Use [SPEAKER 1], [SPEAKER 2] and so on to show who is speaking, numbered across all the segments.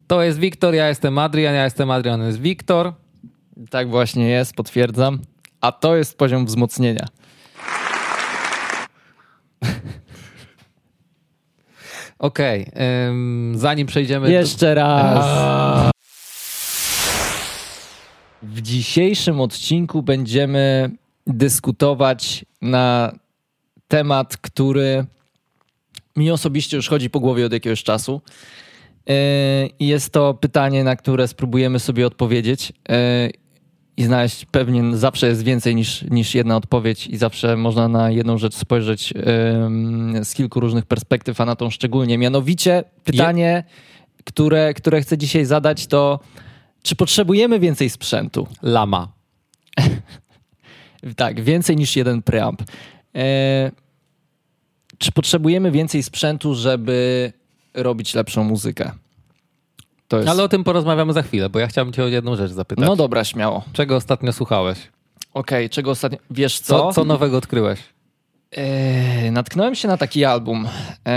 [SPEAKER 1] To jest Wiktor, ja jestem Adrian, jest Wiktor.
[SPEAKER 2] Tak właśnie jest, potwierdzam. A to jest poziom wzmocnienia.
[SPEAKER 1] Okej, zanim przejdziemy...
[SPEAKER 2] Jeszcze raz. W dzisiejszym odcinku będziemy dyskutować na temat, który mi osobiście już chodzi po głowie od jakiegoś czasu. Jest to pytanie, na które spróbujemy sobie odpowiedzieć i znaleźć. Pewnie zawsze jest więcej niż jedna odpowiedź i zawsze można na jedną rzecz spojrzeć z kilku różnych perspektyw, a na tą szczególnie. Mianowicie pytanie, które chcę dzisiaj zadać, to czy potrzebujemy więcej sprzętu?
[SPEAKER 1] Lama.
[SPEAKER 2] Tak, więcej niż jeden preamp. Czy potrzebujemy więcej sprzętu, żeby robić lepszą muzykę? To jest...
[SPEAKER 1] Ale o tym porozmawiamy za chwilę, bo ja chciałbym cię o jedną rzecz zapytać.
[SPEAKER 2] No dobra, śmiało.
[SPEAKER 1] Czego ostatnio słuchałeś?
[SPEAKER 2] Okej, czego ostatnio... Wiesz co?
[SPEAKER 1] Co nowego odkryłeś?
[SPEAKER 2] Natknąłem się na taki album,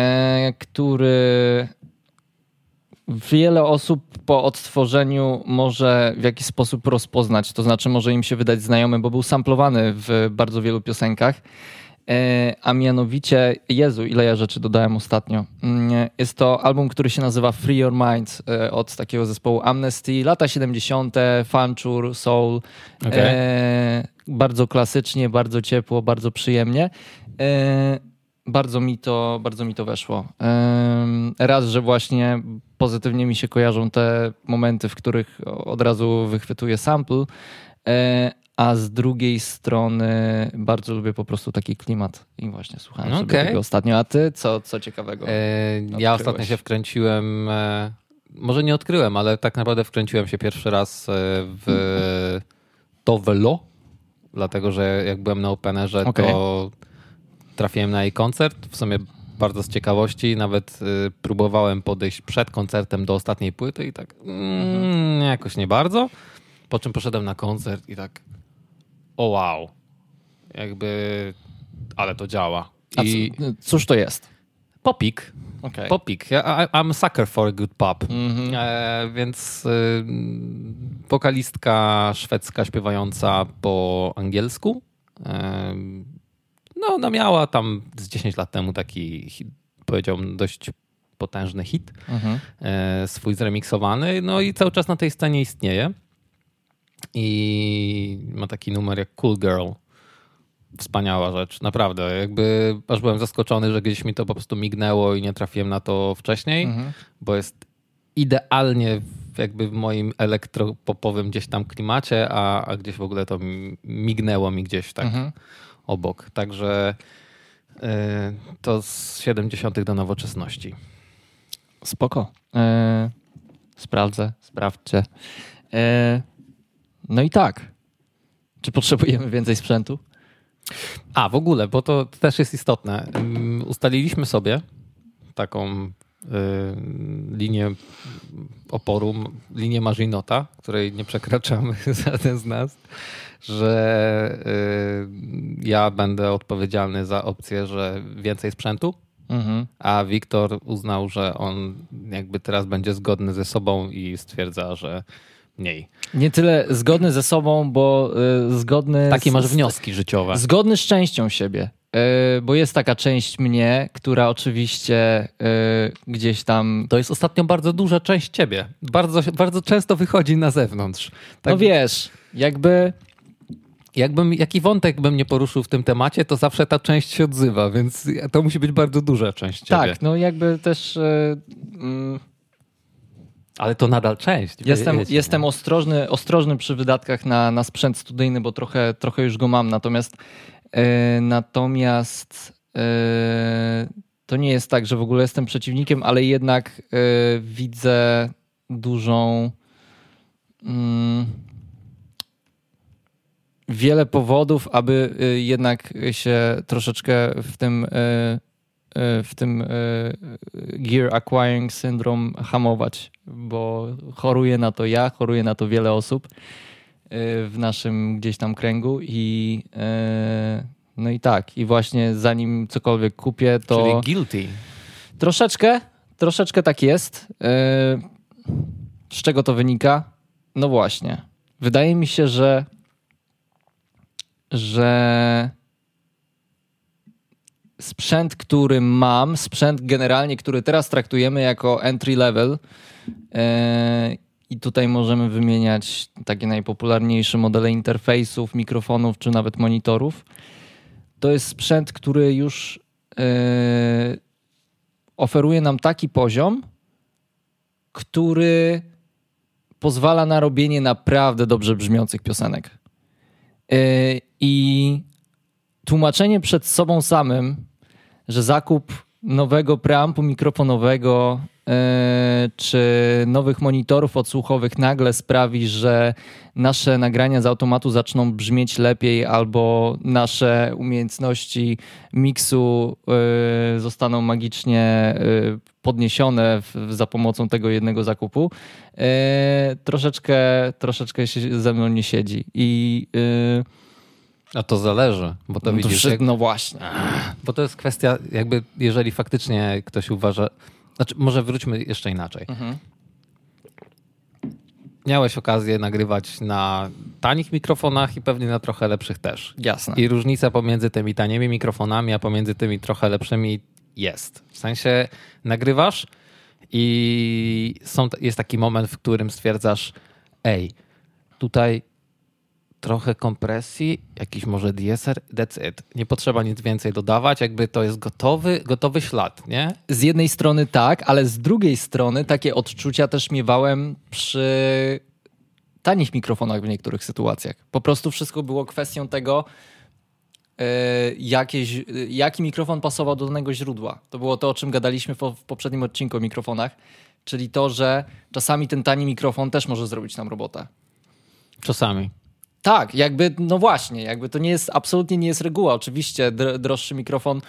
[SPEAKER 2] który wiele osób po odtworzeniu może w jakiś sposób rozpoznać. To znaczy może im się wydać znajomy, bo był samplowany w bardzo wielu piosenkach. A mianowicie, Jezu, ile ja rzeczy dodałem ostatnio. Jest to album, który się nazywa Free Your Mind od takiego zespołu Amnesty. Lata 70., Funchure, Soul.
[SPEAKER 1] Okay.
[SPEAKER 2] Bardzo klasycznie, bardzo ciepło, bardzo przyjemnie. Bardzo mi to weszło. Raz, że właśnie pozytywnie mi się kojarzą te momenty, w których od razu wychwytuję sample, a z drugiej strony bardzo lubię po prostu taki klimat i właśnie słuchałem sobie tego ostatnio. A ty co ciekawego?
[SPEAKER 1] Ja ostatnio się wkręciłem, może nie odkryłem, ale tak naprawdę wkręciłem się pierwszy raz w to Velo, dlatego że jak byłem na Openerze, to trafiłem na jej koncert, w sumie bardzo z ciekawości, nawet próbowałem podejść przed koncertem do ostatniej płyty i tak jakoś nie bardzo, po czym poszedłem na koncert i tak o wow, jakby, ale to działa.
[SPEAKER 2] I cóż to jest?
[SPEAKER 1] Popik.
[SPEAKER 2] Okay.
[SPEAKER 1] Popik. I'm a sucker for a good pop. Więc wokalistka szwedzka śpiewająca po angielsku. No ona miała tam z 10 lat temu taki, powiedziałbym, dość potężny hit. Swój zremiksowany. No i cały czas na tej scenie istnieje. I ma taki numer jak Cool Girl. Wspaniała rzecz, naprawdę. Jakby aż byłem zaskoczony, że gdzieś mi to po prostu mignęło i nie trafiłem na to wcześniej, bo jest idealnie jakby w moim elektropopowym gdzieś tam klimacie, a gdzieś w ogóle to mignęło mi gdzieś tak obok. Także to z 70. do nowoczesności.
[SPEAKER 2] Spoko. Sprawdźcie. No i tak. Czy potrzebujemy więcej sprzętu?
[SPEAKER 1] A, w ogóle, bo to też jest istotne. Ustaliliśmy sobie taką linię oporu, linię Maginota, której nie przekraczamy żaden z nas, że ja będę odpowiedzialny za opcję, że więcej sprzętu, a Wiktor uznał, że on jakby teraz będzie zgodny ze sobą i stwierdza, że mniej.
[SPEAKER 2] Nie tyle zgodny ze sobą, bo zgodny...
[SPEAKER 1] Takie masz wnioski życiowe.
[SPEAKER 2] Zgodny z częścią siebie. Bo jest taka część mnie, która oczywiście gdzieś tam...
[SPEAKER 1] To jest ostatnio bardzo duża część ciebie. Bardzo, bardzo często wychodzi na zewnątrz. Tak,
[SPEAKER 2] no wiesz, jakby...
[SPEAKER 1] Jaki wątek bym nie poruszył w tym temacie, to zawsze ta część się odzywa, więc to musi być bardzo duża część ciebie.
[SPEAKER 2] Tak, no jakby też...
[SPEAKER 1] Ale to nadal część.
[SPEAKER 2] Jestem ostrożny przy wydatkach na sprzęt studyjny, bo trochę już go mam. Natomiast to nie jest tak, że w ogóle jestem przeciwnikiem, ale jednak widzę dużą... wiele powodów, aby jednak się troszeczkę w tym gear acquiring syndrome hamować, bo choruje na to ja, choruje na to wiele osób w naszym gdzieś tam kręgu i no i tak, i właśnie zanim cokolwiek kupię, to...
[SPEAKER 1] Czyli guilty.
[SPEAKER 2] Troszeczkę tak jest. Z czego to wynika? No właśnie. Wydaje mi się, że sprzęt, który mam, sprzęt generalnie, który teraz traktujemy jako entry level i tutaj możemy wymieniać takie najpopularniejsze modele interfejsów, mikrofonów czy nawet monitorów. To jest sprzęt, który już oferuje nam taki poziom, który pozwala na robienie naprawdę dobrze brzmiących piosenek. I tłumaczenie przed sobą samym, że zakup nowego preampu mikrofonowego czy nowych monitorów odsłuchowych nagle sprawi, że nasze nagrania z automatu zaczną brzmieć lepiej albo nasze umiejętności miksu zostaną magicznie podniesione za pomocą tego jednego zakupu, troszeczkę się ze mną nie siedzi.
[SPEAKER 1] A to zależy, bo to widzisz...
[SPEAKER 2] No właśnie.
[SPEAKER 1] Bo to jest kwestia, jakby jeżeli faktycznie ktoś uważa... Znaczy, może wróćmy jeszcze inaczej. Miałeś okazję nagrywać na tanich mikrofonach i pewnie na trochę lepszych też.
[SPEAKER 2] Jasne.
[SPEAKER 1] I różnica pomiędzy tymi tanimi mikrofonami, a pomiędzy tymi trochę lepszymi jest. W sensie nagrywasz i jest taki moment, w którym stwierdzasz, tutaj trochę kompresji, jakiś może DSR, that's it. Nie potrzeba nic więcej dodawać, jakby to jest gotowy ślad, nie?
[SPEAKER 2] Z jednej strony tak, ale z drugiej strony takie odczucia też miewałem przy tanich mikrofonach w niektórych sytuacjach. Po prostu wszystko było kwestią tego, jaki mikrofon pasował do danego źródła. To było to, o czym gadaliśmy w poprzednim odcinku o mikrofonach, czyli to, że czasami ten tani mikrofon też może zrobić nam robotę.
[SPEAKER 1] Czasami.
[SPEAKER 2] Tak, no właśnie, to absolutnie nie jest reguła. Oczywiście droższy mikrofon,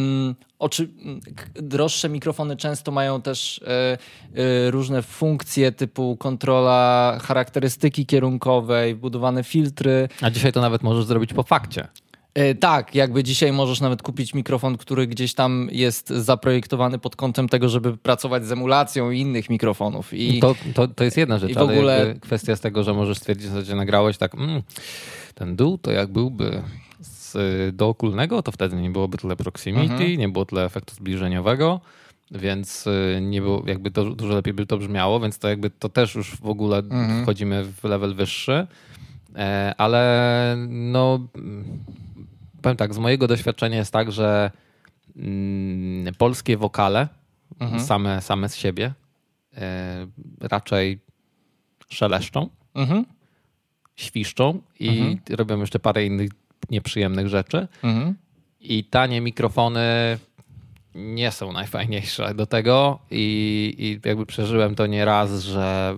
[SPEAKER 2] droższe mikrofony często mają też różne funkcje typu kontrola charakterystyki kierunkowej, wbudowane filtry.
[SPEAKER 1] A dzisiaj to nawet możesz zrobić po fakcie.
[SPEAKER 2] Tak, dzisiaj możesz nawet kupić mikrofon, który gdzieś tam jest zaprojektowany pod kątem tego, żeby pracować z emulacją innych mikrofonów.
[SPEAKER 1] To jest jedna rzecz, ale ogóle... kwestia z tego, że możesz stwierdzić, że nagrałeś tak, ten dół to jak byłby do okulnego, to wtedy nie byłoby tyle proximity, nie było tyle efektu zbliżeniowego, więc nie było, dużo lepiej by to brzmiało, więc to też już w ogóle wchodzimy w level wyższy, ale no... Powiem tak, z mojego doświadczenia jest tak, że polskie wokale same z siebie raczej szeleszczą, świszczą i robią jeszcze parę innych nieprzyjemnych rzeczy. I tanie mikrofony nie są najfajniejsze do tego i jakby przeżyłem to nieraz, że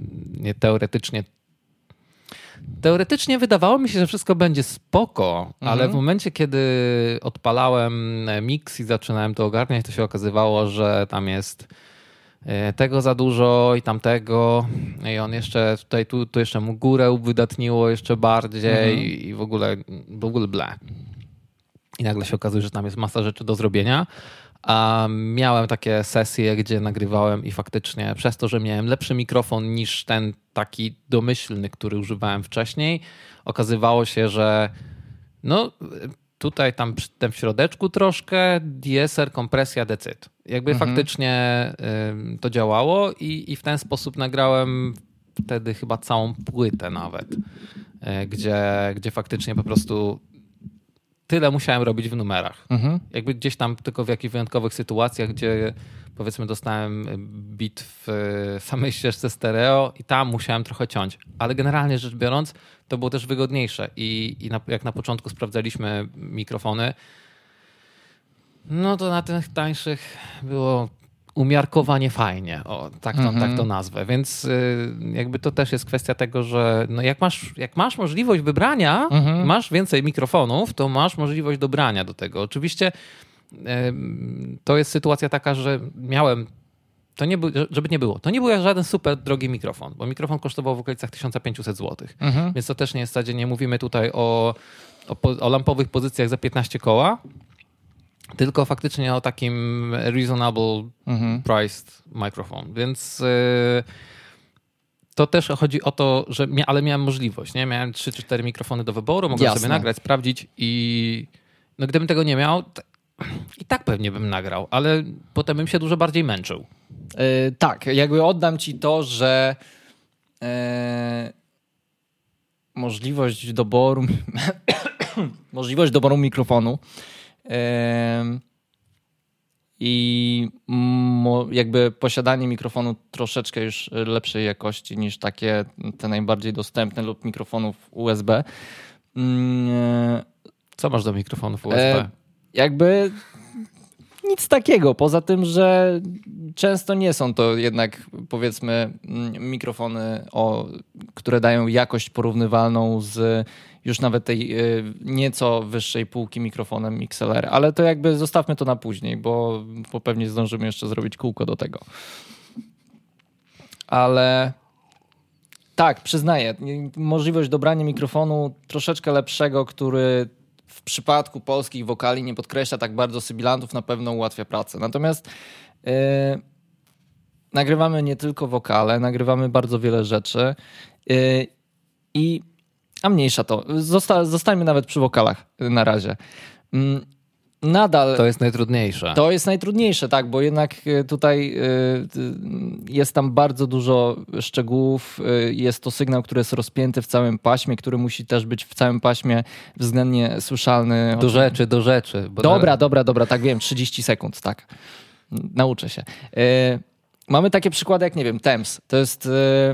[SPEAKER 1] teoretycznie wydawało mi się, że wszystko będzie spoko, ale w momencie, kiedy odpalałem mix i zaczynałem to ogarniać, to się okazywało, że tam jest tego za dużo i tamtego i on jeszcze tu jeszcze mu górę uwydatniło jeszcze bardziej i w ogóle ble. I nagle się okazuje, że tam jest masa rzeczy do zrobienia. A miałem takie sesje, gdzie nagrywałem i faktycznie przez to, że miałem lepszy mikrofon niż ten taki domyślny, który używałem wcześniej, okazywało się, że no tutaj tam w środeczku troszkę DSR, kompresja, decyd. Faktycznie to działało i w ten sposób nagrałem wtedy chyba całą płytę nawet, gdzie faktycznie po prostu tyle musiałem robić w numerach. Gdzieś tam tylko w jakichś wyjątkowych sytuacjach, gdzie powiedzmy dostałem beat w samej ścieżce stereo i tam musiałem trochę ciąć. Ale generalnie rzecz biorąc, to było też wygodniejsze. Jak na początku sprawdzaliśmy mikrofony, no to na tych tańszych było umiarkowanie fajnie. Tak to nazwę. Więc to też jest kwestia tego, że no jak masz możliwość wybrania, masz więcej mikrofonów, to masz możliwość dobrania do tego. Oczywiście to jest sytuacja taka, że miałem, żeby nie było, to nie był żaden super drogi mikrofon, bo mikrofon kosztował w okolicach 1500 zł. Więc to też nie jest w zasadzie, nie mówimy tutaj o lampowych pozycjach za 15 koła, tylko faktycznie o takim reasonable priced microphone. Więc to też chodzi o to, że ale miałem możliwość, nie? Miałem 3 czy 4 mikrofony do wyboru, mogłem sobie nagrać, sprawdzić i no gdybym tego nie miał, i tak pewnie bym nagrał, ale potem bym się dużo bardziej męczył.
[SPEAKER 2] Tak, jakby oddam ci to, że możliwość doboru mikrofonu i jakby posiadanie mikrofonu troszeczkę już lepszej jakości niż te najbardziej dostępne lub mikrofonów USB.
[SPEAKER 1] Co masz do mikrofonów USB?
[SPEAKER 2] Jakby nic takiego, poza tym, że często nie są to jednak, powiedzmy, mikrofony, które dają jakość porównywalną z już nawet tej nieco wyższej półki mikrofonem XLR, ale to jakby zostawmy to na później, bo pewnie zdążymy jeszcze zrobić kółko do tego. Ale tak, przyznaję, możliwość dobrania mikrofonu troszeczkę lepszego, który w przypadku polskich wokali nie podkreśla tak bardzo sybilantów, na pewno ułatwia pracę. Natomiast nagrywamy nie tylko wokale, nagrywamy bardzo wiele rzeczy a mniejsza to. Zostańmy nawet przy wokalach na razie. Nadal...
[SPEAKER 1] To jest najtrudniejsze.
[SPEAKER 2] To jest najtrudniejsze, tak, bo jednak tutaj jest tam bardzo dużo szczegółów. Jest to sygnał, który jest rozpięty w całym paśmie, który musi też być w całym paśmie względnie słyszalny.
[SPEAKER 1] Do rzeczy.
[SPEAKER 2] Dobra, tak wiem, 30 sekund, tak. Nauczę się. Mamy takie przykłady jak, nie wiem, Thames. To jest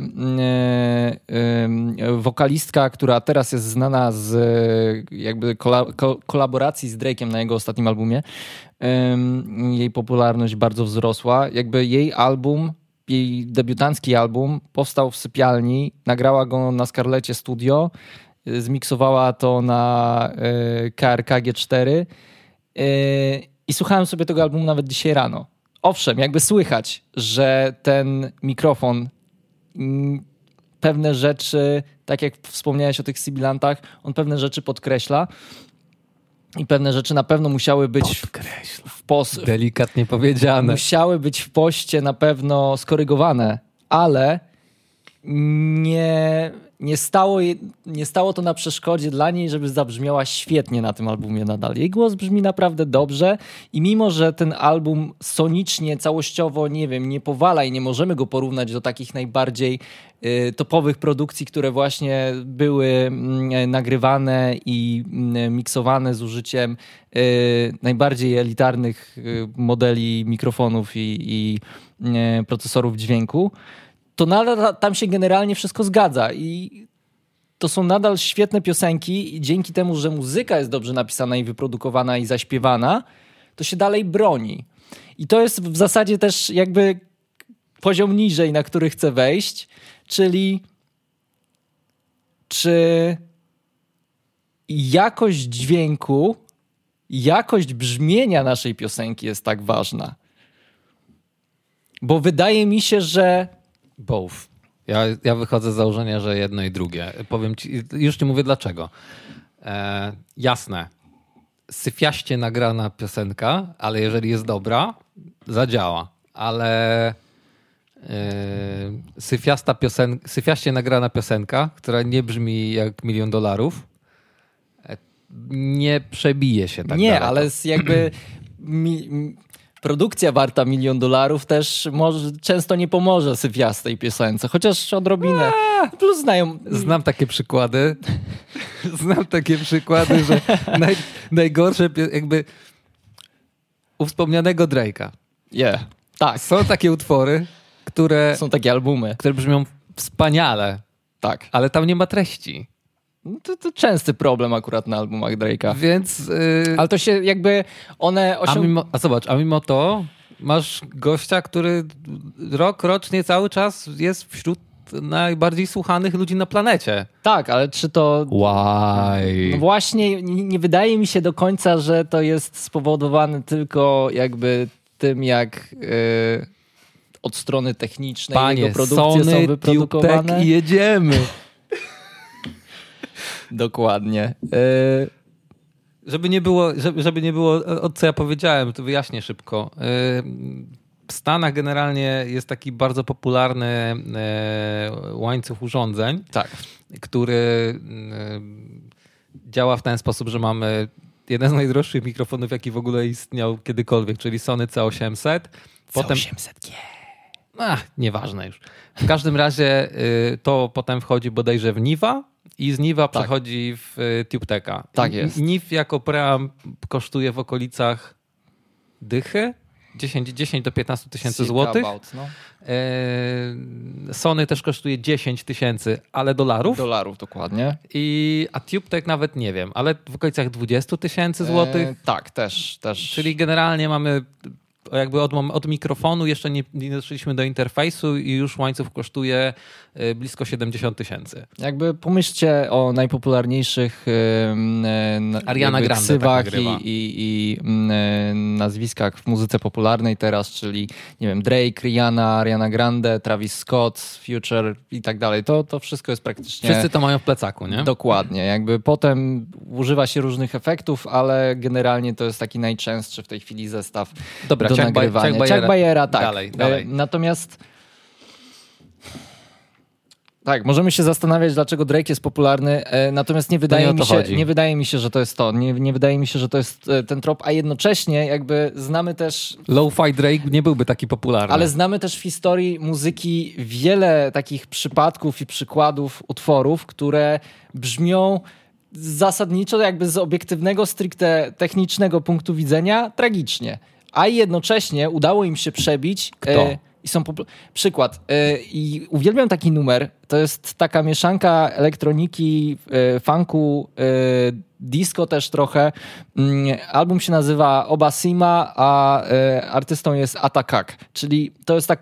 [SPEAKER 2] wokalistka, która teraz jest znana z jakby kolaboracji z Drake'em na jego ostatnim albumie. Jej popularność bardzo wzrosła. Jakby jej debiutancki album powstał w sypialni, nagrała go na Scarletcie Studio, zmiksowała to na KRK G4 i słuchałem sobie tego albumu nawet dzisiaj rano. Owszem, jakby słychać, że ten mikrofon pewne rzeczy, tak jak wspomniałeś o tych sybilantach, on pewne rzeczy podkreśla i pewne rzeczy na pewno musiały być
[SPEAKER 1] delikatnie powiedziane.
[SPEAKER 2] Musiały być w poście na pewno skorygowane, ale nie stało to na przeszkodzie dla niej, żeby zabrzmiała świetnie na tym albumie nadal. Jej głos brzmi naprawdę dobrze i mimo, że ten album sonicznie, całościowo, nie wiem, nie powala i nie możemy go porównać do takich najbardziej topowych produkcji, które właśnie były nagrywane i miksowane z użyciem najbardziej elitarnych modeli mikrofonów i procesorów dźwięku, to nadal tam się generalnie wszystko zgadza i to są nadal świetne piosenki i dzięki temu, że muzyka jest dobrze napisana i wyprodukowana i zaśpiewana, to się dalej broni. I to jest w zasadzie też jakby poziom niżej, na który chcę wejść, czyli czy jakość dźwięku, jakość brzmienia naszej piosenki jest tak ważna. Bo wydaje mi się, że
[SPEAKER 1] both. Ja wychodzę z założenia, że jedno i drugie. Powiem ci, już ci mówię dlaczego. Jasne, syfiaście nagrana piosenka, ale jeżeli jest dobra, zadziała. Ale syfiaście nagrana piosenka, która nie brzmi jak $1 000 000, nie przebije się tak
[SPEAKER 2] nie,
[SPEAKER 1] daleko.
[SPEAKER 2] Ale jakby produkcja warta $1 000 000 też często nie pomoże syfiastej piosence, chociaż odrobinę. Plus
[SPEAKER 1] Znam takie przykłady. Że najgorsze jakby u wspomnianego Drake'a.
[SPEAKER 2] Tak.
[SPEAKER 1] Są takie utwory,
[SPEAKER 2] są takie albumy,
[SPEAKER 1] które brzmią wspaniale.
[SPEAKER 2] Tak.
[SPEAKER 1] Ale tam nie ma treści.
[SPEAKER 2] To częsty problem akurat na albumach Drake'a.
[SPEAKER 1] Więc...
[SPEAKER 2] Ale to się jakby one...
[SPEAKER 1] A mimo to masz gościa, który rocznie cały czas jest wśród najbardziej słuchanych ludzi na planecie.
[SPEAKER 2] Tak, ale czy to...
[SPEAKER 1] Why?
[SPEAKER 2] No właśnie nie wydaje mi się do końca, że to jest spowodowane tylko jakby tym, jak od strony technicznej jego produkcje są wyprodukowane.
[SPEAKER 1] I jedziemy.
[SPEAKER 2] Dokładnie.
[SPEAKER 1] Żeby nie było, co ja powiedziałem, to wyjaśnię szybko. w Stanach generalnie jest taki bardzo popularny łańcuch urządzeń, który działa w ten sposób, że mamy jeden z najdroższych mikrofonów, jaki w ogóle istniał kiedykolwiek, czyli Sony C800.
[SPEAKER 2] C800G.
[SPEAKER 1] Nieważne już. W każdym razie to potem wchodzi bodajże w Niva i z Niva przechodzi w TubeTecha.
[SPEAKER 2] Tak jest.
[SPEAKER 1] Niv jako preamp kosztuje w okolicach dychy. 10 do 15 tysięcy złotych. Sony też kosztuje 10 tysięcy, ale dolarów.
[SPEAKER 2] Dolarów, dokładnie.
[SPEAKER 1] A TubeTech nawet nie wiem, ale w okolicach 20 tysięcy złotych.
[SPEAKER 2] Tak, też.
[SPEAKER 1] Czyli generalnie mamy jakby od mikrofonu jeszcze nie doszliśmy do interfejsu i już łańcuch kosztuje blisko 70 tysięcy.
[SPEAKER 2] Jakby pomyślcie o najpopularniejszych
[SPEAKER 1] Ariana Grande
[SPEAKER 2] ksywach i nazwiskach w muzyce popularnej teraz, czyli nie wiem, Drake, Rihanna, Ariana Grande, Travis Scott, Future i tak dalej. To wszystko jest praktycznie...
[SPEAKER 1] Wszyscy to mają w plecaku, nie?
[SPEAKER 2] Dokładnie. Jakby potem używa się różnych efektów, ale generalnie to jest taki najczęstszy w tej chwili zestaw do nagrywania. Chuck Bayera, tak.
[SPEAKER 1] Dalej.
[SPEAKER 2] Natomiast tak, możemy się zastanawiać, dlaczego Drake jest popularny, natomiast nie wydaje mi się, że to jest to. Nie wydaje mi się, że to jest ten trop, a jednocześnie jakby znamy też...
[SPEAKER 1] Lo-fi Drake nie byłby taki popularny.
[SPEAKER 2] Ale znamy też w historii muzyki wiele takich przypadków i przykładów utworów, które brzmią zasadniczo jakby z obiektywnego, stricte technicznego punktu widzenia tragicznie. A jednocześnie udało im się przebić...
[SPEAKER 1] Kto?
[SPEAKER 2] I są przykład. I uwielbiam taki numer. To jest taka mieszanka elektroniki, funku, disco też trochę. Album się nazywa Obasima, a artystą jest Atakak. Czyli to jest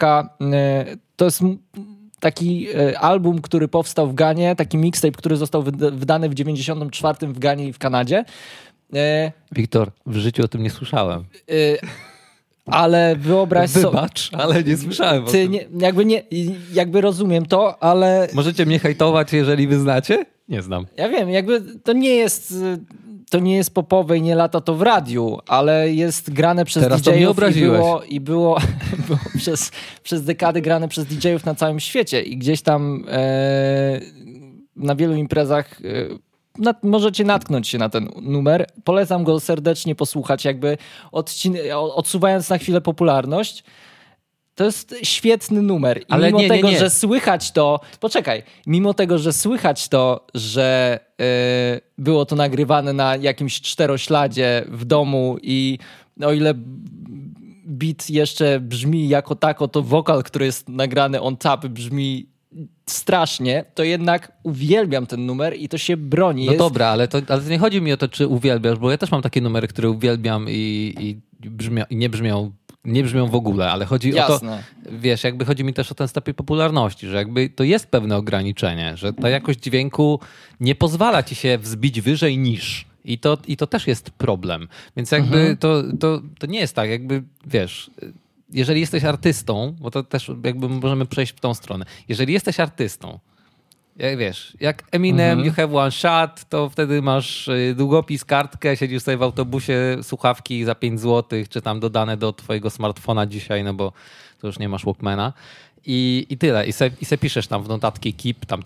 [SPEAKER 2] taki album, który powstał w Ganie, taki mixtape, który został wydany w 94 w Ganie i w Kanadzie.
[SPEAKER 1] Wiktor, w życiu o tym nie słyszałem.
[SPEAKER 2] Ale wyobraź sobie...
[SPEAKER 1] Wybacz, ale nie słyszałem o tym.
[SPEAKER 2] Jakby rozumiem to, ale...
[SPEAKER 1] Możecie mnie hejtować, jeżeli wy znacie? Nie znam.
[SPEAKER 2] Ja wiem, jakby to nie jest popowe i nie lata to w radiu, ale jest grane przez
[SPEAKER 1] Teraz
[SPEAKER 2] DJ-ów
[SPEAKER 1] i
[SPEAKER 2] było przez dekady grane przez DJ-ów na całym świecie i gdzieś tam na wielu imprezach możecie natknąć się na ten numer. Polecam go serdecznie posłuchać, jakby odsuwając na chwilę popularność. To jest świetny numer. I
[SPEAKER 1] ale
[SPEAKER 2] mimo tego, że słychać to... Poczekaj. Mimo tego, że słychać to, że było to nagrywane na jakimś czterośladzie w domu i o ile beat jeszcze brzmi jako tako, to wokal, który jest nagrany on top brzmi strasznie, to jednak uwielbiam ten numer i to się broni.
[SPEAKER 1] No dobra, ale to nie chodzi mi o to, czy uwielbiasz, bo ja też mam takie numery, które uwielbiam i nie brzmią w ogóle, ale chodzi o to, wiesz, jakby chodzi mi też o ten stopień popularności, że jakby to jest pewne ograniczenie, że ta jakość dźwięku nie pozwala ci się wzbić wyżej niż. I to też jest problem. Więc jakby to nie jest tak, jakby wiesz... Jeżeli jesteś artystą, bo to też jakby możemy przejść w tą stronę. Jeżeli jesteś artystą, jak Eminem, You Have One Shot, to wtedy masz długopis, kartkę, siedzisz sobie w autobusie, słuchawki za 5 zł, czy tam dodane do twojego smartfona dzisiaj, no bo to już nie masz Walkmana. I tyle. I se piszesz tam w notatki keep, tam,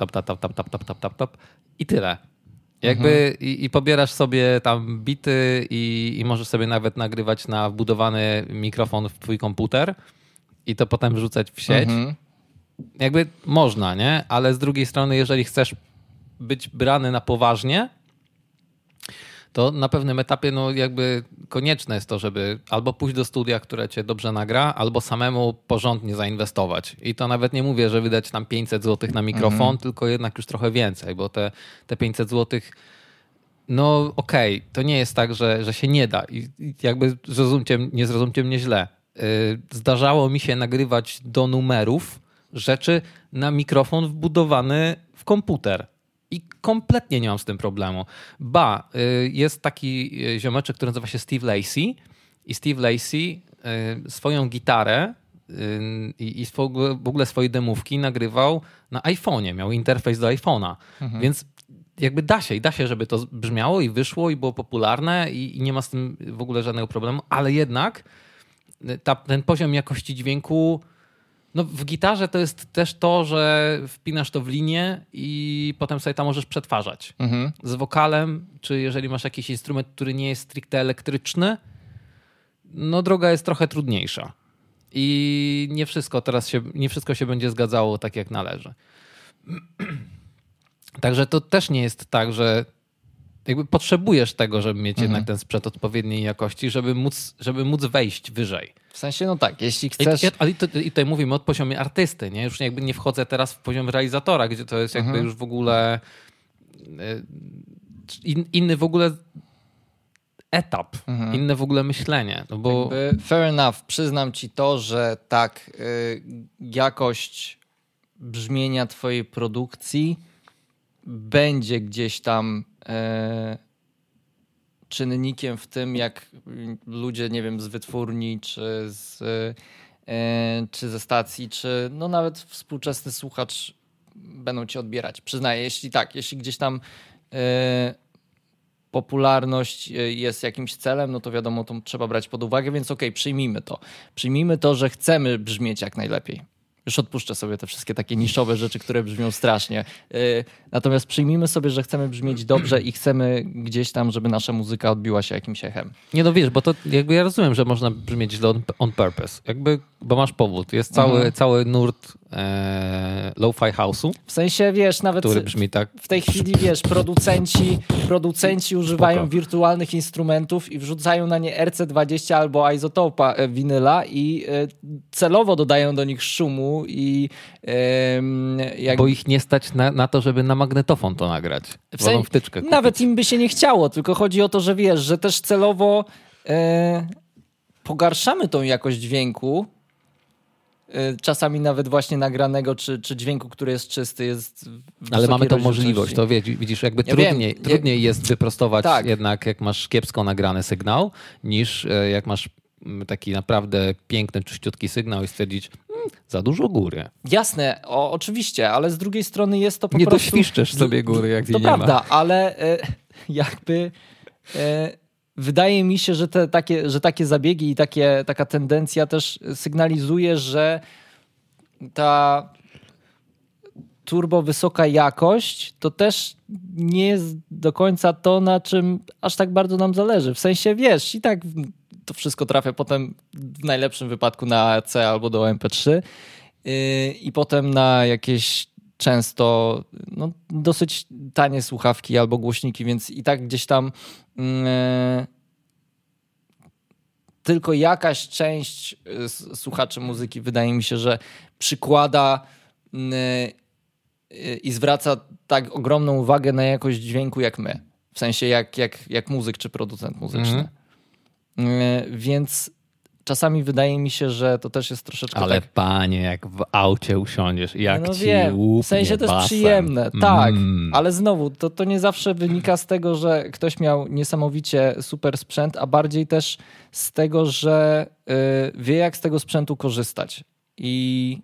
[SPEAKER 1] i tyle. Jakby i pobierasz sobie tam bity i możesz sobie nawet nagrywać na wbudowany mikrofon w twój komputer i to potem wrzucać w sieć. Jakby można, nie? Ale z drugiej strony, jeżeli chcesz być brany na poważnie, to na pewnym etapie no jakby konieczne jest to, żeby albo pójść do studia, które cię dobrze nagra, albo samemu porządnie zainwestować. I to nawet nie mówię, że wydać tam 500 zł na mikrofon, tylko jednak już trochę więcej, bo te 500 zł, no okej, to nie jest tak, że się nie da. I jakby nie zrozumcie mnie źle. Zdarzało mi się nagrywać do numerów rzeczy na mikrofon wbudowany w komputer. I kompletnie nie mam z tym problemu. Jest taki ziomeczek, który nazywa się Steve Lacy i Steve Lacy swoją gitarę i w ogóle swoje demówki nagrywał na iPhone'ie. Miał interfejs do iPhone'a. Więc jakby da się, żeby to brzmiało i wyszło i było popularne i nie ma z tym w ogóle żadnego problemu, ale jednak ten poziom jakości dźwięku, no w gitarze to jest też to, że wpinasz to w linię i potem sobie tam możesz przetwarzać. Z wokalem, czy jeżeli masz jakiś instrument, który nie jest stricte elektryczny, no droga jest trochę trudniejsza. I nie wszystko się będzie zgadzało tak, jak należy. Także to też nie jest tak, że jakby potrzebujesz tego, żeby mieć jednak ten sprzęt odpowiedniej jakości, żeby móc wejść wyżej.
[SPEAKER 2] W sensie, no tak, jeśli chcesz...
[SPEAKER 1] I tutaj mówimy o poziomie artysty, nie? Już jakby nie wchodzę teraz w poziom realizatora, gdzie to jest jakby już w ogóle inny w ogóle etap, inne w ogóle myślenie. No bo...
[SPEAKER 2] Fair enough, przyznam ci to, że tak, jakość brzmienia twojej produkcji będzie gdzieś tam czynnikiem w tym, jak ludzie, nie wiem, z wytwórni, czy ze stacji, czy no nawet współczesny słuchacz będą cię odbierać. Przyznaję, jeśli gdzieś tam popularność jest jakimś celem, no to wiadomo, to trzeba brać pod uwagę, więc okej, przyjmijmy to. Przyjmijmy to, że chcemy brzmieć jak najlepiej. Już odpuszczę sobie te wszystkie takie niszowe rzeczy, które brzmią strasznie. Natomiast przyjmijmy sobie, że chcemy brzmieć dobrze i chcemy gdzieś tam, żeby nasza muzyka odbiła się jakimś echem.
[SPEAKER 1] Nie, no wiesz, bo to jakby ja rozumiem, że można brzmieć źle on purpose. Jakby, bo masz powód. Jest cały nurt lo-fi house'u.
[SPEAKER 2] W sensie, wiesz, nawet
[SPEAKER 1] który brzmi tak.
[SPEAKER 2] W tej chwili, wiesz, producenci używają wirtualnych instrumentów i wrzucają na nie RC20 albo izotopa winyla i celowo dodają do nich szumu i
[SPEAKER 1] bo ich nie stać na to, żeby na magnetofon to nagrać. Wtyczkę kupić.
[SPEAKER 2] Nawet im by się nie chciało, tylko chodzi o to, że wiesz, że też celowo pogarszamy tą jakość dźwięku. Czasami nawet właśnie nagranego, czy dźwięku, który jest czysty, jest
[SPEAKER 1] ale mamy tą możliwość, to widzisz, jakby trudniej jest wyprostować jednak, jak masz kiepsko nagrany sygnał, niż jak masz taki naprawdę piękny, czyściutki sygnał i stwierdzić, za dużo góry.
[SPEAKER 2] Jasne, oczywiście, ale z drugiej strony jest to po
[SPEAKER 1] nie
[SPEAKER 2] prostu...
[SPEAKER 1] Nie doświszczesz sobie góry, jak
[SPEAKER 2] to
[SPEAKER 1] nie
[SPEAKER 2] prawda,
[SPEAKER 1] ma.
[SPEAKER 2] ale jakby... Wydaje mi się, że takie zabiegi i taka tendencja też sygnalizuje, że ta turbo wysoka jakość to też nie jest do końca to, na czym aż tak bardzo nam zależy. W sensie, wiesz, i tak to wszystko trafia potem w najlepszym wypadku na C albo do MP3 i potem na jakieś często dosyć tanie słuchawki albo głośniki, więc i tak gdzieś tam tylko jakaś część słuchaczy muzyki wydaje mi się, że przykłada i zwraca tak ogromną uwagę na jakość dźwięku jak my. W sensie jak muzyk czy producent muzyczny. Więc czasami wydaje mi się, że to też jest troszeczkę
[SPEAKER 1] ale
[SPEAKER 2] tak...
[SPEAKER 1] panie, jak w aucie usiądziesz, jak ci łupnie
[SPEAKER 2] w sensie to jest
[SPEAKER 1] basem.
[SPEAKER 2] przyjemne, tak, ale znowu, to nie zawsze wynika z tego, że ktoś miał niesamowicie super sprzęt, a bardziej też z tego, że wie, jak z tego sprzętu korzystać. I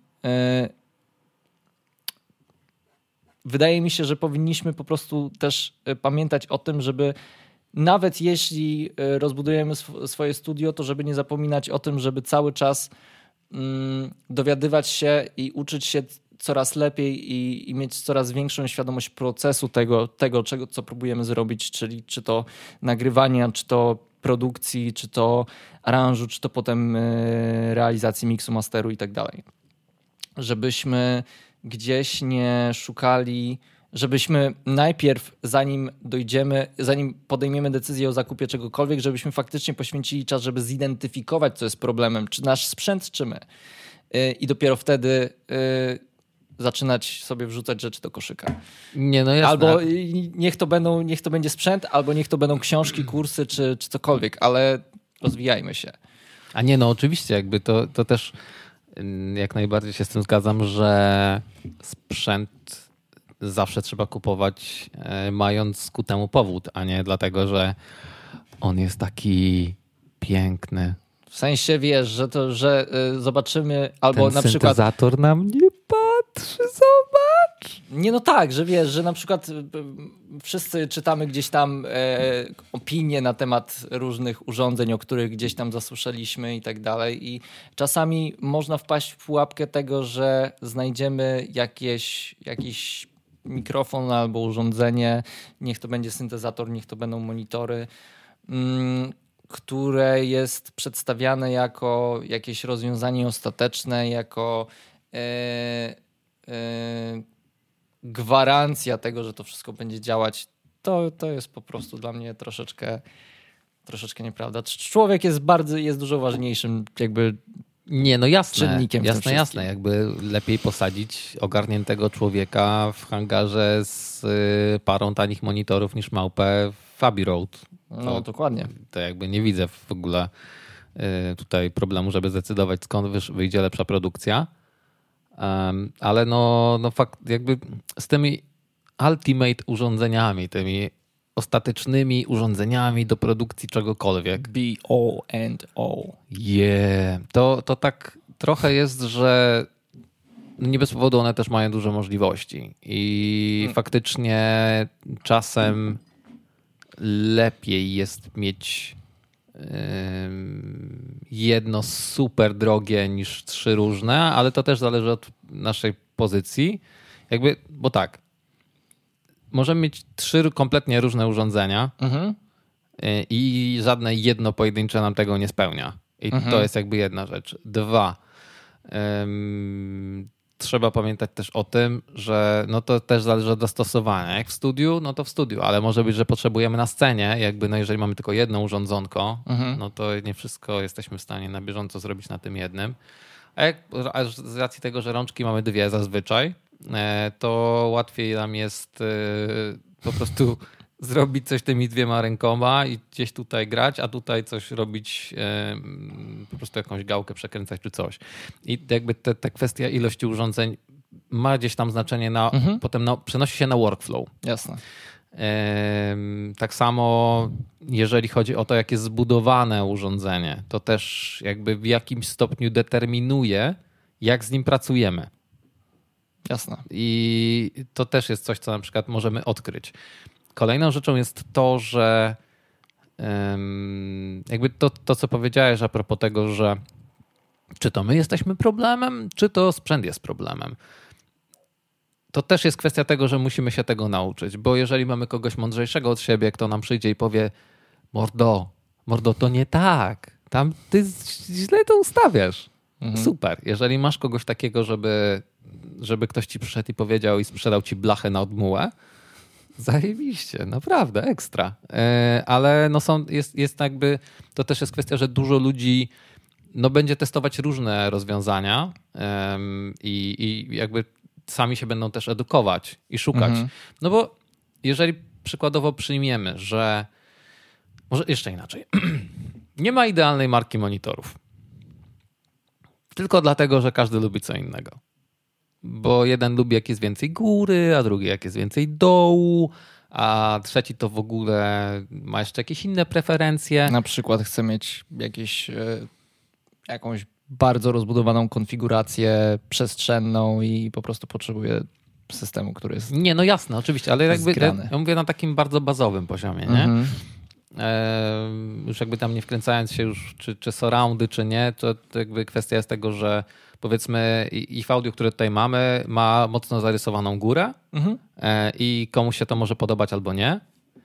[SPEAKER 2] wydaje mi się, że powinniśmy po prostu też pamiętać o tym, żeby nawet jeśli rozbudujemy swoje studio, to żeby nie zapominać o tym, żeby cały czas dowiadywać się i uczyć się coraz lepiej i mieć coraz większą świadomość procesu tego co próbujemy zrobić, czyli czy to nagrywania, czy to produkcji, czy to aranżu, czy to potem realizacji miksu, masteru i tak dalej. Żebyśmy gdzieś nie szukali, żebyśmy najpierw, zanim podejmiemy decyzję o zakupie czegokolwiek, żebyśmy faktycznie poświęcili czas, żeby zidentyfikować, co jest problemem, czy nasz sprzęt, czy my. I dopiero wtedy zaczynać sobie wrzucać rzeczy do koszyka.
[SPEAKER 1] Nie, no jasne.
[SPEAKER 2] Albo niech to będzie sprzęt, albo niech to będą książki, kursy, czy cokolwiek, ale rozwijajmy się.
[SPEAKER 1] A nie, no oczywiście, jakby to też jak najbardziej się z tym zgadzam, że sprzęt zawsze trzeba kupować mając ku temu powód, a nie dlatego, że on jest taki piękny.
[SPEAKER 2] W sensie, wiesz, że zobaczymy albo
[SPEAKER 1] ten
[SPEAKER 2] na przykład...
[SPEAKER 1] syntezator na mnie patrzy, zobacz.
[SPEAKER 2] Nie, no tak, że wiesz, że na przykład wszyscy czytamy gdzieś tam opinie na temat różnych urządzeń, o których gdzieś tam zasłyszeliśmy i tak dalej i czasami można wpaść w pułapkę tego, że znajdziemy jakiś mikrofon albo urządzenie, niech to będzie syntezator, niech to będą monitory, które jest przedstawiane jako jakieś rozwiązanie ostateczne, jako gwarancja tego, że to wszystko będzie działać, to jest po prostu dla mnie troszeczkę nieprawda. Człowiek jest dużo ważniejszym jakby
[SPEAKER 1] nie, no jasne,
[SPEAKER 2] czynnikiem.
[SPEAKER 1] Jasne. Jakby lepiej posadzić ogarniętego człowieka w hangarze z parą tanich monitorów niż małpę w Abbey Road.
[SPEAKER 2] No dokładnie.
[SPEAKER 1] To jakby nie widzę w ogóle tutaj problemu, żeby zdecydować, skąd wyjdzie lepsza produkcja. Ale no fakt, jakby z tymi ultimate urządzeniami, tymi ostatecznymi urządzeniami do produkcji czegokolwiek.
[SPEAKER 2] Be all and all.
[SPEAKER 1] To tak trochę jest, że nie bez powodu one też mają dużo możliwości i faktycznie czasem lepiej jest mieć jedno super drogie niż 3 różne, ale to też zależy od naszej pozycji. Jakby, bo tak, możemy mieć 3 kompletnie różne urządzenia i żadne jedno pojedyncze nam tego nie spełnia. I to jest jakby jedna rzecz. 2, trzeba pamiętać też o tym, że no to też zależy od dostosowania. Jak w studiu, no to w studiu, ale może być, że potrzebujemy na scenie, jakby no jeżeli mamy tylko jedno urządzonko, no to nie wszystko jesteśmy w stanie na bieżąco zrobić na tym jednym. A z racji tego, że rączki mamy 2 zazwyczaj, to łatwiej nam jest po prostu zrobić coś tymi 2 rękoma i gdzieś tutaj grać, a tutaj coś robić, po prostu jakąś gałkę przekręcać czy coś. I jakby ta kwestia ilości urządzeń ma gdzieś tam znaczenie, potem przenosi się na workflow.
[SPEAKER 2] Jasne.
[SPEAKER 1] Tak samo jeżeli chodzi o to, jak jest zbudowane urządzenie, to też jakby w jakimś stopniu determinuje, jak z nim pracujemy.
[SPEAKER 2] Jasne.
[SPEAKER 1] I to też jest coś, co na przykład możemy odkryć. Kolejną rzeczą jest to, że jakby to, co powiedziałeś a propos tego, że czy to my jesteśmy problemem, czy to sprzęt jest problemem. To też jest kwestia tego, że musimy się tego nauczyć, bo jeżeli mamy kogoś mądrzejszego od siebie, kto nam przyjdzie i powie mordo, to nie tak, tam ty źle to ustawiasz. Super. Jeżeli masz kogoś takiego, żeby ktoś ci przyszedł i powiedział i sprzedał ci blachę na odmułę, zajebiście, naprawdę, ekstra. Ale no jest jakby, to też jest kwestia, że dużo ludzi będzie testować różne rozwiązania i jakby sami się będą też edukować i szukać. No bo jeżeli przykładowo przyjmiemy, że może jeszcze inaczej, nie ma idealnej marki monitorów. Tylko dlatego, że każdy lubi co innego. Bo jeden lubi, jak jest więcej góry, a drugi, jak jest więcej dołu, a trzeci to w ogóle ma jeszcze jakieś inne preferencje.
[SPEAKER 2] Na przykład chce mieć jakąś bardzo rozbudowaną konfigurację przestrzenną i po prostu potrzebuje systemu, który jest
[SPEAKER 1] nie, no jasne, oczywiście, ale jakby ja mówię na takim bardzo bazowym poziomie, nie? Już jakby tam nie wkręcając się już, czy surroundy, czy nie, to jakby kwestia jest tego, że powiedzmy i w audio, które tutaj mamy, ma mocno zarysowaną górę i komuś się to może podobać albo nie.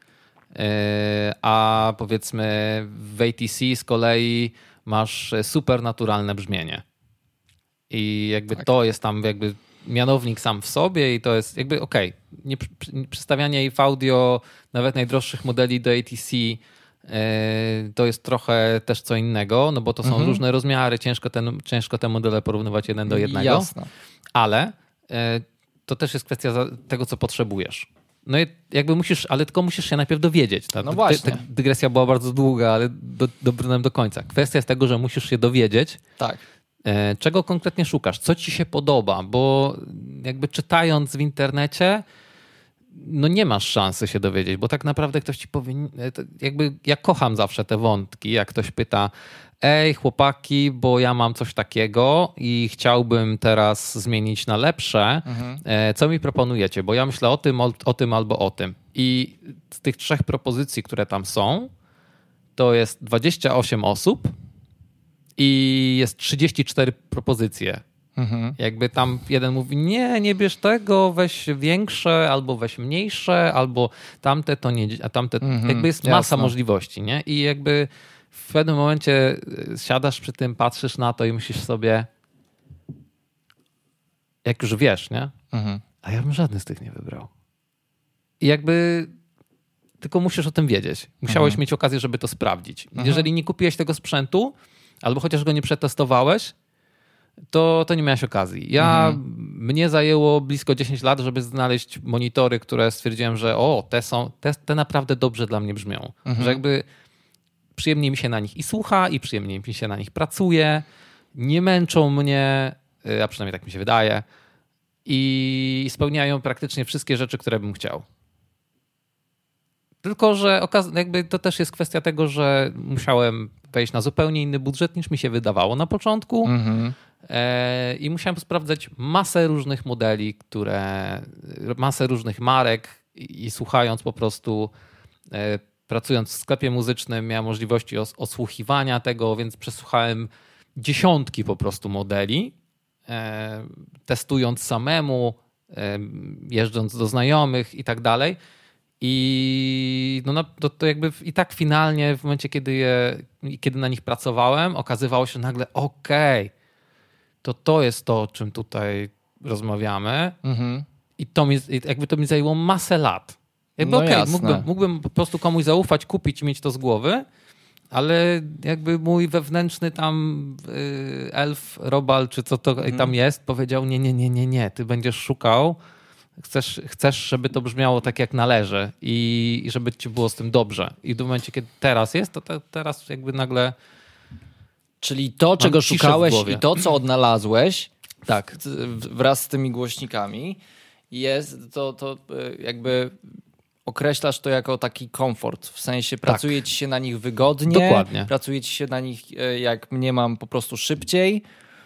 [SPEAKER 1] A powiedzmy w ATC z kolei masz super naturalne brzmienie. I jakby to jest tam jakby mianownik sam w sobie i to jest jakby okej. Przestawianie w audio nawet najdroższych modeli do ATC to jest trochę też co innego, no bo to są różne rozmiary, ciężko te modele porównywać 1 do 1.
[SPEAKER 2] Jasne.
[SPEAKER 1] Ale to też jest kwestia tego, co potrzebujesz. No i jakby tylko musisz się najpierw dowiedzieć.
[SPEAKER 2] No właśnie.
[SPEAKER 1] Ta dygresja była bardzo długa, ale dobrnąłem do końca. Kwestia jest tego, że musisz się dowiedzieć,
[SPEAKER 2] tak.
[SPEAKER 1] Czego konkretnie szukasz, co ci się podoba, bo jakby czytając w internecie no nie masz szansy się dowiedzieć, bo tak naprawdę ktoś ci powie, jakby ja kocham zawsze te wątki, jak ktoś pyta, ej chłopaki, bo ja mam coś takiego i chciałbym teraz zmienić na lepsze, co mi proponujecie? Bo ja myślę o tym albo o tym. I z tych 3 propozycji, które tam są, to jest 28 osób i jest 34 propozycje. Jakby tam jeden mówi, nie bierz tego, weź większe, albo weź mniejsze, albo tamte to nie, a tamte, jakby jest masa możliwości, nie? I jakby w pewnym momencie siadasz przy tym, patrzysz na to i myślisz sobie, jak już wiesz, nie? A ja bym żadny z tych nie wybrał. I jakby tylko musisz o tym wiedzieć. Musiałeś mieć okazję, żeby to sprawdzić. Jeżeli nie kupiłeś tego sprzętu, albo chociaż go nie przetestowałeś, to nie miałeś okazji. Mnie zajęło blisko 10 lat, żeby znaleźć monitory, które stwierdziłem, że te naprawdę dobrze dla mnie brzmią. Że jakby przyjemnie mi się na nich i słucha, i przyjemnie mi się na nich pracuje, nie męczą mnie, a przynajmniej tak mi się wydaje, i spełniają praktycznie wszystkie rzeczy, które bym chciał. Tylko że jakby to też jest kwestia tego, że musiałem wejść na zupełnie inny budżet niż mi się wydawało na początku. I musiałem sprawdzać masę różnych modeli, masę różnych marek i słuchając po prostu, pracując w sklepie muzycznym, miałem możliwości odsłuchiwania tego, więc przesłuchałem dziesiątki po prostu modeli, testując samemu, jeżdżąc do znajomych i tak dalej. I to jakby i tak finalnie w momencie, kiedy na nich pracowałem, okazywało się nagle, to jest to, o czym tutaj rozmawiamy. I to mi zajęło masę lat. Jakby mógłbym po prostu komuś zaufać, kupić i mieć to z głowy, ale jakby mój wewnętrzny tam elf, robal, czy co to tam jest, powiedział nie, ty będziesz szukał, chcesz, żeby to brzmiało tak jak należy i żeby ci było z tym dobrze. I w momencie, kiedy teraz jest, to teraz jakby nagle...
[SPEAKER 2] Czyli to, czego szukałeś i to, co odnalazłeś, tak, wraz z tymi głośnikami, jest to jakby określasz to jako taki komfort. W sensie pracuje ci się na nich wygodnie,
[SPEAKER 1] dokładnie.
[SPEAKER 2] Pracuje ci się na nich, jak mniemam, po prostu szybciej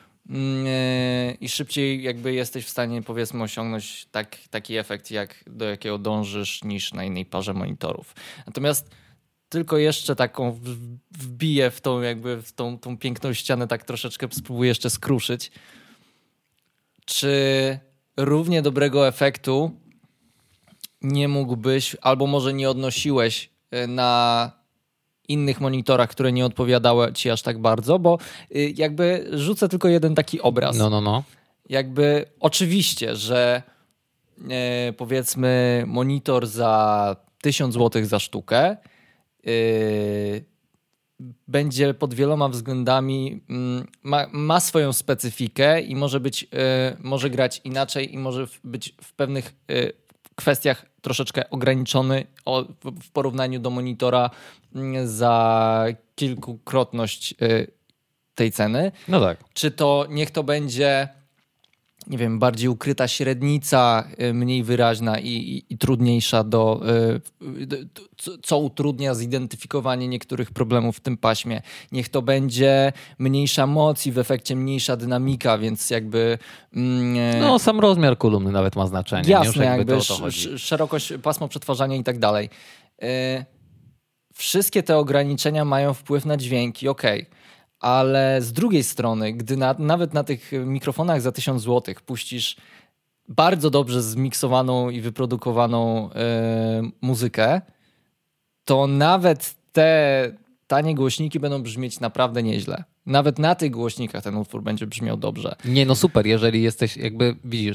[SPEAKER 2] i szybciej jakby jesteś w stanie, powiedzmy, osiągnąć taki efekt, do jakiego dążysz, niż na innej parze monitorów. Natomiast tylko jeszcze taką wbiję w tą piękną ścianę, tak troszeczkę spróbuję jeszcze skruszyć. Czy równie dobrego efektu nie mógłbyś, albo może nie odnosiłeś na innych monitorach, które nie odpowiadały ci aż tak bardzo? Bo jakby rzucę tylko jeden taki obraz.
[SPEAKER 1] No.
[SPEAKER 2] Jakby oczywiście, że powiedzmy monitor za 1000 zł za sztukę będzie pod wieloma względami, ma swoją specyfikę i może grać inaczej i może być w pewnych kwestiach troszeczkę ograniczony w porównaniu do monitora za kilkukrotność tej ceny.
[SPEAKER 1] No tak.
[SPEAKER 2] Czy to niech to będzie, nie wiem, bardziej ukryta średnica, mniej wyraźna i trudniejsza co utrudnia zidentyfikowanie niektórych problemów w tym paśmie. Niech to będzie mniejsza moc i w efekcie mniejsza dynamika, więc jakby...
[SPEAKER 1] sam rozmiar kolumny nawet ma znaczenie.
[SPEAKER 2] Jasne, jakby szerokość, pasmo przetwarzania i tak dalej. Wszystkie te ograniczenia mają wpływ na dźwięki, okej. Ale z drugiej strony, gdy nawet na tych mikrofonach za 1000 zł puścisz bardzo dobrze zmiksowaną i wyprodukowaną muzykę, to nawet te tanie głośniki będą brzmieć naprawdę nieźle. Nawet na tych głośnikach ten utwór będzie brzmiał dobrze.
[SPEAKER 1] Nie, super, jeżeli jesteś, jakby widzisz,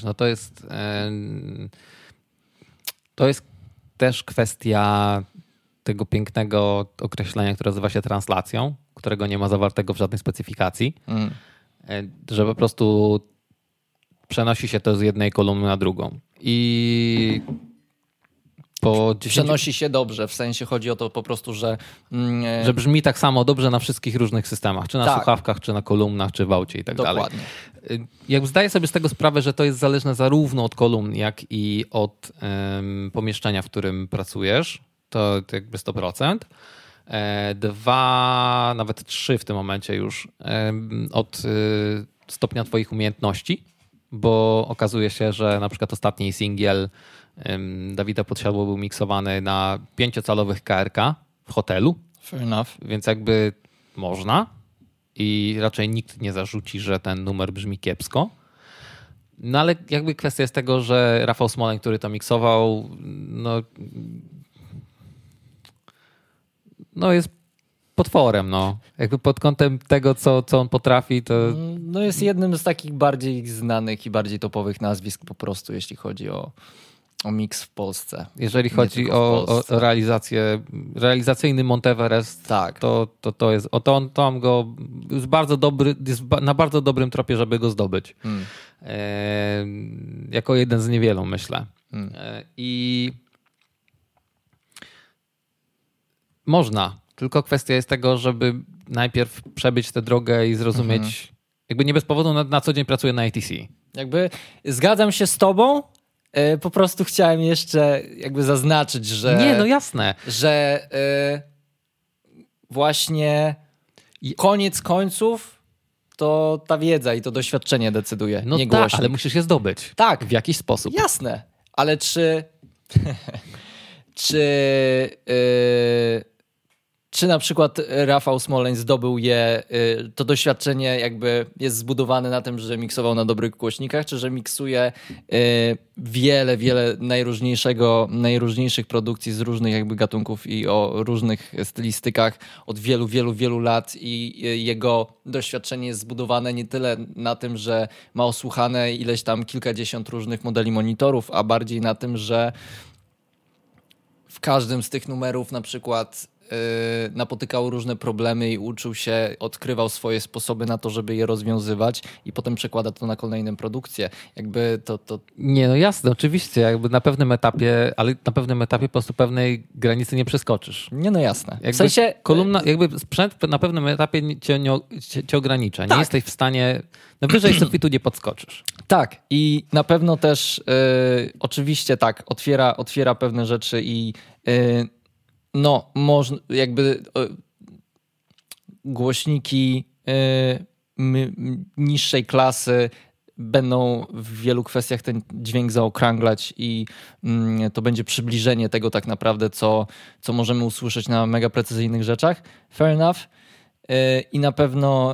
[SPEAKER 1] to jest też kwestia tego pięknego określenia, które nazywa się translacją, którego nie ma zawartego w żadnej specyfikacji, że po prostu przenosi się to z jednej kolumny na drugą. I
[SPEAKER 2] przenosi się dobrze, w sensie chodzi o to po prostu, że
[SPEAKER 1] brzmi tak samo dobrze na wszystkich różnych systemach, czy na słuchawkach, czy na kolumnach, czy w aucie i tak dalej.
[SPEAKER 2] Dokładnie.
[SPEAKER 1] Jak zdaję sobie z tego sprawę, że to jest zależne zarówno od kolumn, jak i od pomieszczenia, w którym pracujesz, to jakby 100%. 2, nawet 3 w tym momencie już od stopnia twoich umiejętności, bo okazuje się, że na przykład ostatni singiel Dawida Podsiadło był miksowany na 5-calowych KRK w hotelu.
[SPEAKER 2] Fair enough.
[SPEAKER 1] Więc jakby można i raczej nikt nie zarzuci, że ten numer brzmi kiepsko. No ale jakby kwestia jest tego, że Rafał Smoleń, który to miksował, no jest potworem, no. Jakby pod kątem tego, co on potrafi, to...
[SPEAKER 2] No jest jednym z takich bardziej znanych i bardziej topowych nazwisk po prostu, jeśli chodzi o miks w Polsce.
[SPEAKER 1] Jeżeli chodzi o realizacyjny Monteverest,
[SPEAKER 2] tak.
[SPEAKER 1] to jest, on go jest bardzo dobry, jest na bardzo dobrym tropie, żeby go zdobyć. Jako jeden z niewielu, myślę. I można, tylko kwestia jest tego, żeby najpierw przebyć tę drogę i zrozumieć, jakby nie bez powodu na co dzień pracuję na ATC.
[SPEAKER 2] Jakby zgadzam się z tobą, po prostu chciałem jeszcze jakby zaznaczyć, że...
[SPEAKER 1] Nie, no jasne.
[SPEAKER 2] Że właśnie koniec końców to ta wiedza i to doświadczenie decyduje,
[SPEAKER 1] no
[SPEAKER 2] nie
[SPEAKER 1] tak,
[SPEAKER 2] głośnik.
[SPEAKER 1] ale musisz je zdobyć.
[SPEAKER 2] Tak.
[SPEAKER 1] W jakiś sposób.
[SPEAKER 2] Jasne, ale czy na przykład Rafał Smoleń zdobył to doświadczenie jakby jest zbudowane na tym, że miksował na dobrych głośnikach, czy że miksuje wiele najróżniejszych produkcji z różnych jakby gatunków i o różnych stylistykach od wielu lat i jego doświadczenie jest zbudowane nie tyle na tym, że ma osłuchane ileś tam kilkadziesiąt różnych modeli monitorów, a bardziej na tym, że w każdym z tych numerów na przykład napotykał różne problemy i uczył się, odkrywał swoje sposoby na to, żeby je rozwiązywać i potem przekłada to na kolejne produkcje. Jakby to...
[SPEAKER 1] Nie, no jasne, oczywiście, jakby na pewnym etapie, ale na pewnym etapie po prostu pewnej granicy nie przeskoczysz.
[SPEAKER 2] Nie, no jasne.
[SPEAKER 1] Jakby
[SPEAKER 2] w sensie...
[SPEAKER 1] kolumna, jakby sprzęt na pewnym etapie cię ogranicza.
[SPEAKER 2] Tak.
[SPEAKER 1] Nie jesteś w stanie, no wyżej sufitu nie podskoczysz.
[SPEAKER 2] Tak i na pewno też oczywiście tak, otwiera pewne rzeczy i no, można jakby głośniki niższej klasy będą w wielu kwestiach ten dźwięk zaokrąglać i to będzie przybliżenie tego tak naprawdę, co możemy usłyszeć na mega precyzyjnych rzeczach. Fair enough. I na pewno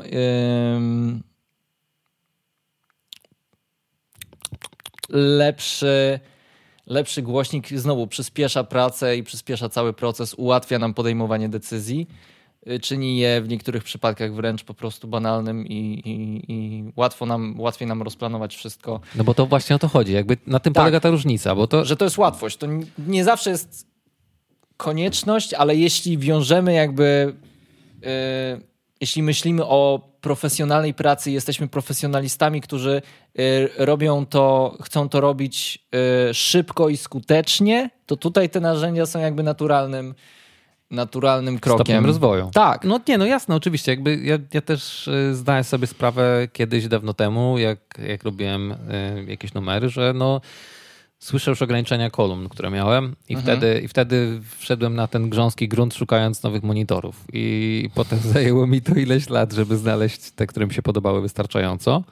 [SPEAKER 2] lepszy głośnik znowu przyspiesza pracę i przyspiesza cały proces, ułatwia nam podejmowanie decyzji, czyni je w niektórych przypadkach wręcz po prostu banalnym i łatwiej nam rozplanować wszystko.
[SPEAKER 1] No bo to właśnie o to chodzi, jakby na tym polega ta różnica. Bo
[SPEAKER 2] że to jest łatwość, to nie zawsze jest konieczność, ale jeśli wiążemy jakby... Jeśli myślimy o profesjonalnej pracy, jesteśmy profesjonalistami, którzy robią to, chcą to robić szybko i skutecznie, to tutaj te narzędzia są jakby naturalnym krokiem.
[SPEAKER 1] Stopniem rozwoju.
[SPEAKER 2] Tak.
[SPEAKER 1] No nie, no jasne, oczywiście. Jakby ja też zdałem sobie sprawę kiedyś, dawno temu, jak robiłem jakieś numery, że no słyszę już ograniczenia kolumn, które miałem i wtedy wszedłem na ten grząski grunt, szukając nowych monitorów. I potem zajęło mi to ileś lat, żeby znaleźć te, które mi się podobały wystarczająco.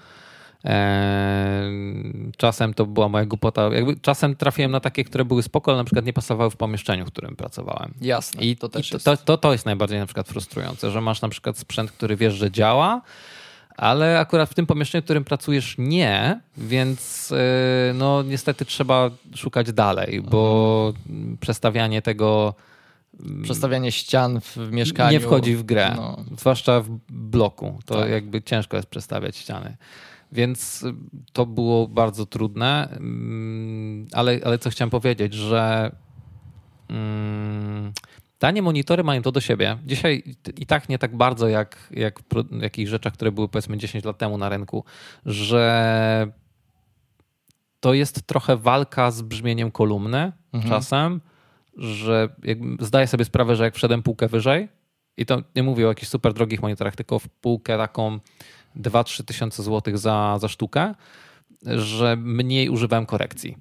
[SPEAKER 1] Czasem to była moja głupota. Jakby czasem trafiłem na takie, które były spoko, ale na przykład nie pasowały w pomieszczeniu, w którym pracowałem.
[SPEAKER 2] Jasne.
[SPEAKER 1] I to jest najbardziej na przykład frustrujące, że masz na przykład sprzęt, który wiesz, że działa, ale akurat w tym pomieszczeniu, w którym pracujesz nie, więc no niestety trzeba szukać dalej, bo przestawianie tego...
[SPEAKER 2] Przestawianie ścian w mieszkaniu...
[SPEAKER 1] Nie wchodzi w grę,
[SPEAKER 2] no.
[SPEAKER 1] Zwłaszcza w bloku. To
[SPEAKER 2] tak.
[SPEAKER 1] Jakby ciężko jest przestawiać ściany. Więc to było bardzo trudne, ale co chciałem powiedzieć, że tanie monitory mają to do siebie. Dzisiaj i tak nie tak bardzo jak w jakichś rzeczach, które były powiedzmy 10 lat temu na rynku, że to jest trochę walka z brzmieniem kolumny czasem, że zdaję sobie sprawę, że jak wszedłem półkę wyżej i to nie mówię o jakichś super drogich monitorach, tylko w półkę taką 2-3 tysiące złotych za sztukę, że mniej używałem korekcji.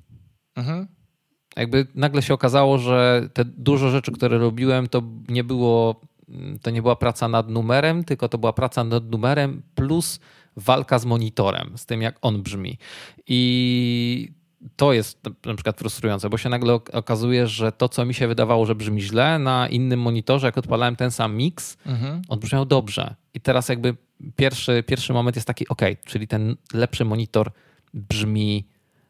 [SPEAKER 1] Jakby nagle się okazało, że te dużo rzeczy, które robiłem, to nie było to nie była praca nad numerem, tylko to była praca nad numerem plus walka z monitorem, z tym jak on brzmi. I to jest na przykład frustrujące, bo się nagle okazuje, że to, co mi się wydawało, że brzmi źle, na innym monitorze, jak odpalałem ten sam mix, on brzmiał dobrze. I teraz jakby pierwszy moment jest taki, czyli ten lepszy monitor brzmi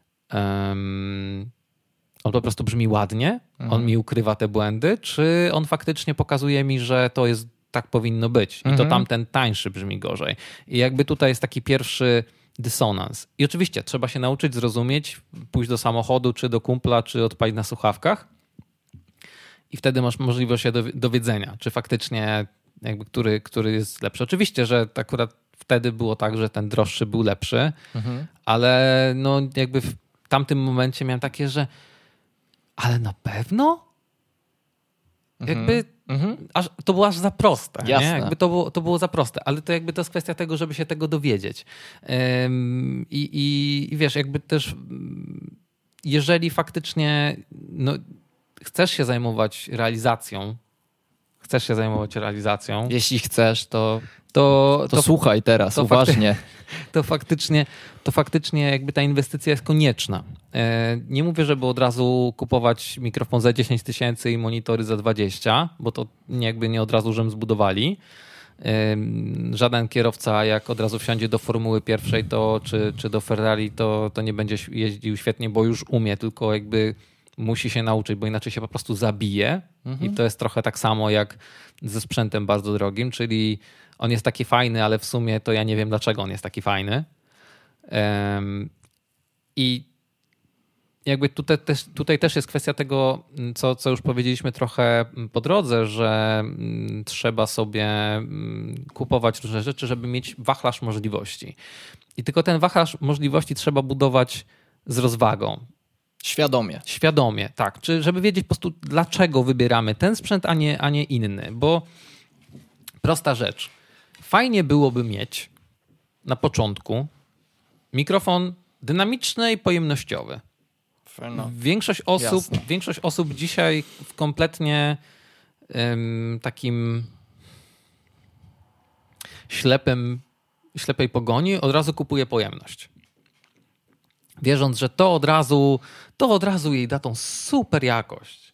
[SPEAKER 1] on po prostu brzmi ładnie, on mi ukrywa te błędy, czy on faktycznie pokazuje mi, że to jest tak powinno być i to tamten tańszy brzmi gorzej. I jakby tutaj jest taki pierwszy dysonans. I oczywiście trzeba się nauczyć zrozumieć, pójść do samochodu, czy do kumpla, czy odpalić na słuchawkach i wtedy masz możliwość się dowiedzenia, czy faktycznie jakby który jest lepszy. Oczywiście, że akurat wtedy było tak, że ten droższy był lepszy, ale no jakby w tamtym momencie miałem takie, że ale na pewno? Jakby to było aż za proste. Nie? Jakby to było za proste, ale to jakby to jest kwestia tego, żeby się tego dowiedzieć. I wiesz, jakby też jeżeli faktycznie chcesz się zajmować realizacją,
[SPEAKER 2] jeśli chcesz, to słuchaj teraz, uważnie.
[SPEAKER 1] To faktycznie jakby ta inwestycja jest konieczna. Nie mówię, żeby od razu kupować mikrofon za 10 000 i monitory za 20, bo to jakby nie od razu żem zbudowali. Żaden kierowca, jak od razu wsiądzie do Formuły pierwszej czy do Ferrari, to nie będzie jeździł świetnie, bo już umie, tylko jakby musi się nauczyć, bo inaczej się po prostu zabije. I to jest trochę tak samo jak ze sprzętem bardzo drogim, czyli on jest taki fajny, ale w sumie to ja nie wiem, dlaczego on jest taki fajny. I jakby tutaj też jest kwestia tego, co już powiedzieliśmy trochę po drodze, że trzeba sobie kupować różne rzeczy, żeby mieć wachlarz możliwości. I tylko ten wachlarz możliwości trzeba budować z rozwagą. Świadomie, tak. Czy żeby wiedzieć po prostu, dlaczego wybieramy ten sprzęt, a nie inny. Bo prosta rzecz. Fajnie byłoby mieć na początku mikrofon dynamiczny i pojemnościowy. Większość osób dzisiaj w kompletnie takim ślepej pogoni od razu kupuje pojemność. Wierząc, że to od razu jej da tą super jakość.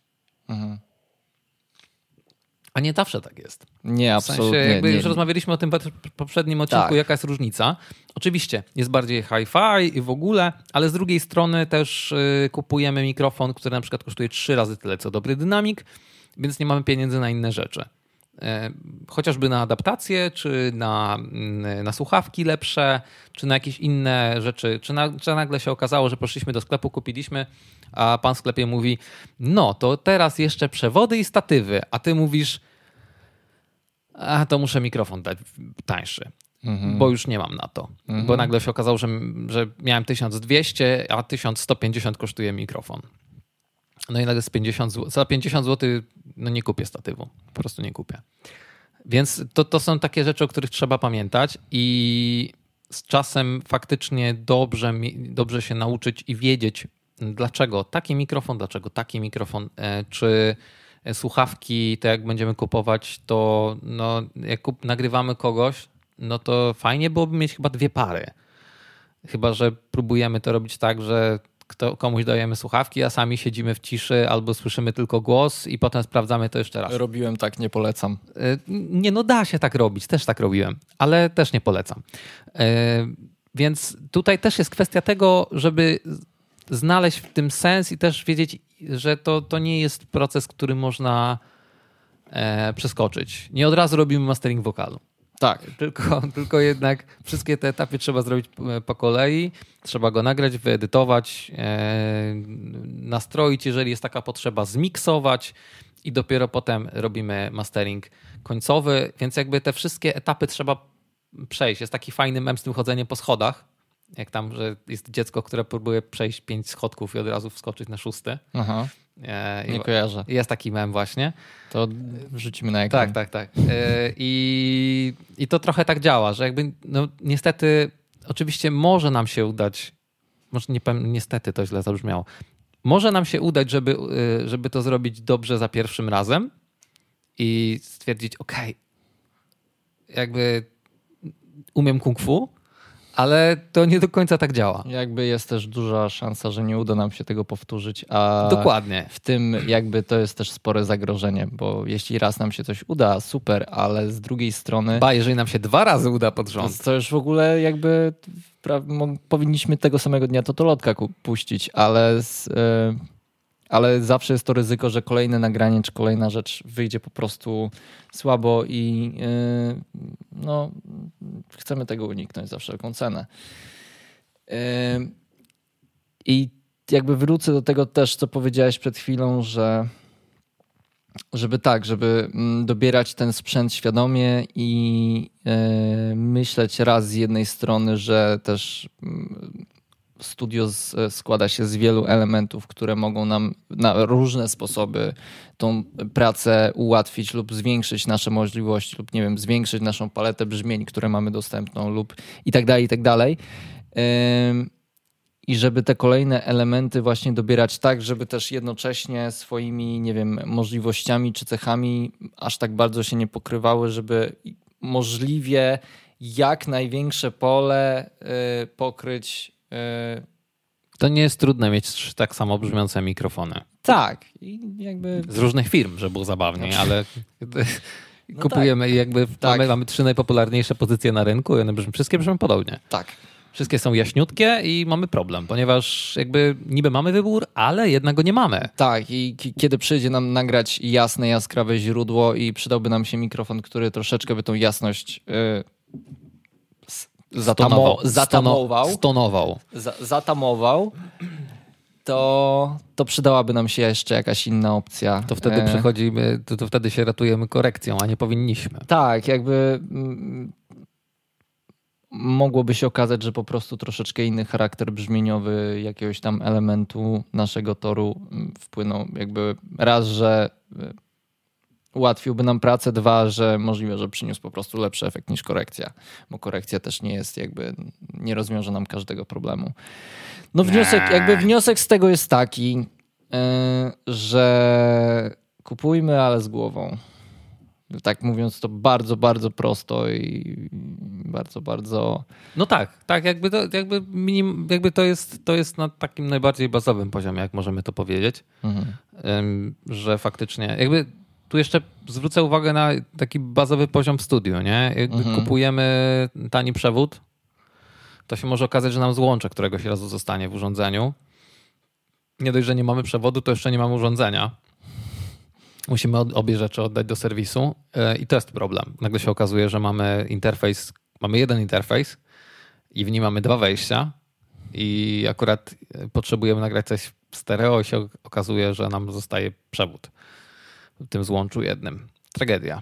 [SPEAKER 1] A nie zawsze tak jest.
[SPEAKER 2] Nie, absolutnie.
[SPEAKER 1] W sensie jakby
[SPEAKER 2] nie.
[SPEAKER 1] już rozmawialiśmy o tym w poprzednim odcinku, jaka jest różnica. Oczywiście jest bardziej hi-fi i w ogóle, ale z drugiej strony też kupujemy mikrofon, który na przykład kosztuje 3 razy tyle, co dobry dynamik, więc nie mamy pieniędzy na inne rzeczy. Chociażby na adaptację, czy na słuchawki lepsze, czy na jakieś inne rzeczy. Czy nagle się okazało, że poszliśmy do sklepu, kupiliśmy, a pan w sklepie mówi, no to teraz jeszcze przewody i statywy, a ty mówisz, a to muszę mikrofon dać tańszy, bo już nie mam na to. Bo nagle się okazało, że miałem 1200, a 1150 kosztuje mikrofon. No i nagle za 50 zł nie kupię statywu. Po prostu nie kupię. Więc to są takie rzeczy, o których trzeba pamiętać i z czasem faktycznie dobrze się nauczyć i wiedzieć, dlaczego taki mikrofon, czy słuchawki, to jak będziemy kupować, to jak nagrywamy kogoś, no to fajnie byłoby mieć chyba 2 pary. Chyba że próbujemy to robić tak, że komuś dajemy słuchawki, a sami siedzimy w ciszy albo słyszymy tylko głos i potem sprawdzamy to jeszcze raz.
[SPEAKER 2] Robiłem tak, nie polecam.
[SPEAKER 1] Nie, da się tak robić, też tak robiłem, ale też nie polecam. Więc tutaj też jest kwestia tego, żeby znaleźć w tym sens i też wiedzieć, że to nie jest proces, który można przeskoczyć. Nie od razu robimy mastering wokalu.
[SPEAKER 2] Tak.
[SPEAKER 1] Tylko jednak wszystkie te etapy trzeba zrobić po kolei. Trzeba go nagrać, wyedytować, nastroić, jeżeli jest taka potrzeba, zmiksować i dopiero potem robimy mastering końcowy. Więc jakby te wszystkie etapy trzeba przejść. Jest taki fajny mem z tym chodzeniem po schodach. Jak tam, że jest dziecko, które próbuje przejść 5 schodków i od razu wskoczyć na 6.
[SPEAKER 2] Aha. Nie kojarzę.
[SPEAKER 1] Jest taki mem właśnie.
[SPEAKER 2] To wrzucimy na ekran.
[SPEAKER 1] Tak. I to trochę tak działa, że jakby niestety oczywiście może nam się udać, może nie powiem niestety, to źle zabrzmiało, może nam się udać, żeby to zrobić dobrze za pierwszym razem i stwierdzić, jakby umiem kung fu, ale to nie do końca tak działa.
[SPEAKER 2] Jakby jest też duża szansa, że nie uda nam się tego powtórzyć, a
[SPEAKER 1] dokładnie.
[SPEAKER 2] W tym jakby to jest też spore zagrożenie, bo jeśli raz nam się coś uda, super, ale z drugiej strony...
[SPEAKER 1] Jeżeli nam się 2 razy uda pod rząd.
[SPEAKER 2] To już w ogóle jakby powinniśmy tego samego dnia totolotka puścić, ale zawsze jest to ryzyko, że kolejne nagranie czy kolejna rzecz wyjdzie po prostu słabo i chcemy tego uniknąć za wszelką cenę. I jakby wrócę do tego też, co powiedziałeś przed chwilą, żeby dobierać ten sprzęt świadomie i myśleć raz z jednej strony, że też studio składa się z wielu elementów, które mogą nam na różne sposoby tą pracę ułatwić lub zwiększyć nasze możliwości lub zwiększyć naszą paletę brzmień, które mamy dostępną lub i tak dalej. I żeby te kolejne elementy właśnie dobierać tak, żeby też jednocześnie swoimi, możliwościami czy cechami aż tak bardzo się nie pokrywały, żeby możliwie jak największe pole pokryć.
[SPEAKER 1] To nie jest trudne mieć tak samo brzmiące mikrofony.
[SPEAKER 2] Tak. I jakby...
[SPEAKER 1] Z różnych firm, żeby było zabawniej, ale kupujemy i mamy 3 najpopularniejsze pozycje na rynku i one wszystkie brzmią podobnie.
[SPEAKER 2] Tak.
[SPEAKER 1] Wszystkie są jaśniutkie i mamy problem, ponieważ niby mamy wybór, ale jednak go nie mamy.
[SPEAKER 2] Tak, i kiedy przyjdzie nam nagrać jasne, jaskrawe źródło i przydałby nam się mikrofon, który troszeczkę by tą jasność zatamował, to przydałaby nam się jeszcze jakaś inna opcja.
[SPEAKER 1] To wtedy przechodzimy, to wtedy się ratujemy korekcją, a nie powinniśmy.
[SPEAKER 2] Tak, jakby mogłoby się okazać, że po prostu troszeczkę inny charakter brzmieniowy jakiegoś tam elementu naszego toru wpłynął. Jakby raz, że ułatwiłby nam pracę, 2, że możliwe, że przyniósł po prostu lepszy efekt niż korekcja, bo korekcja też nie rozwiąże nam każdego problemu. No wniosek z tego jest taki, że kupujmy, ale z głową. Tak mówiąc to bardzo, bardzo prosto i bardzo, bardzo...
[SPEAKER 1] No tak, to jest na takim najbardziej bazowym poziomie, jak możemy to powiedzieć, że faktycznie tu jeszcze zwrócę uwagę na taki bazowy poziom w studiu, nie? Kupujemy tani przewód, to się może okazać, że nam złącze któregoś razu zostanie w urządzeniu. Nie dość, że nie mamy przewodu, to jeszcze nie mamy urządzenia. Musimy obie rzeczy oddać do serwisu i to jest problem. Nagle się okazuje, że mamy jeden interfejs i w nim mamy 2 wejścia i akurat potrzebujemy nagrać coś w stereo i się okazuje, że nam zostaje przewód w tym złączu jednym. Tragedia.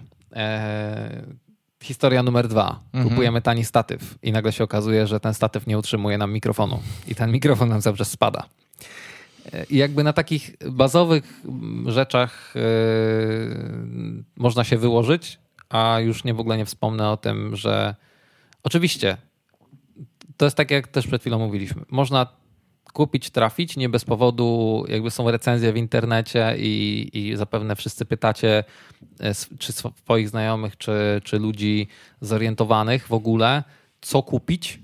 [SPEAKER 1] Historia numer 2. Kupujemy tani statyw i nagle się okazuje, że ten statyw nie utrzymuje nam mikrofonu i ten mikrofon nam cały czas spada. I na takich bazowych rzeczach można się wyłożyć, a już w ogóle nie wspomnę o tym, że oczywiście to jest tak, jak też przed chwilą mówiliśmy. Można kupić, trafić, nie bez powodu są recenzje w internecie i zapewne wszyscy pytacie czy swoich znajomych, czy ludzi zorientowanych w ogóle, co kupić.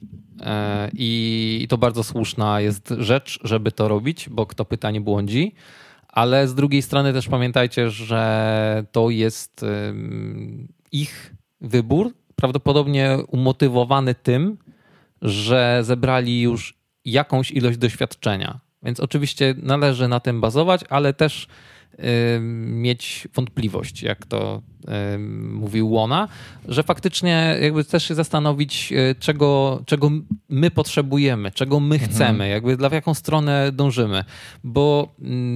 [SPEAKER 1] I to bardzo słuszna jest rzecz, żeby to robić, bo kto pyta, nie błądzi. Ale z drugiej strony też pamiętajcie, że to jest ich wybór, prawdopodobnie umotywowany tym, że zebrali już jakąś ilość doświadczenia. Więc oczywiście należy na tym bazować, ale też mieć wątpliwość, jak to mówił Łona, że faktycznie też się zastanowić, czego my potrzebujemy, czego my chcemy, w jaką stronę dążymy, bo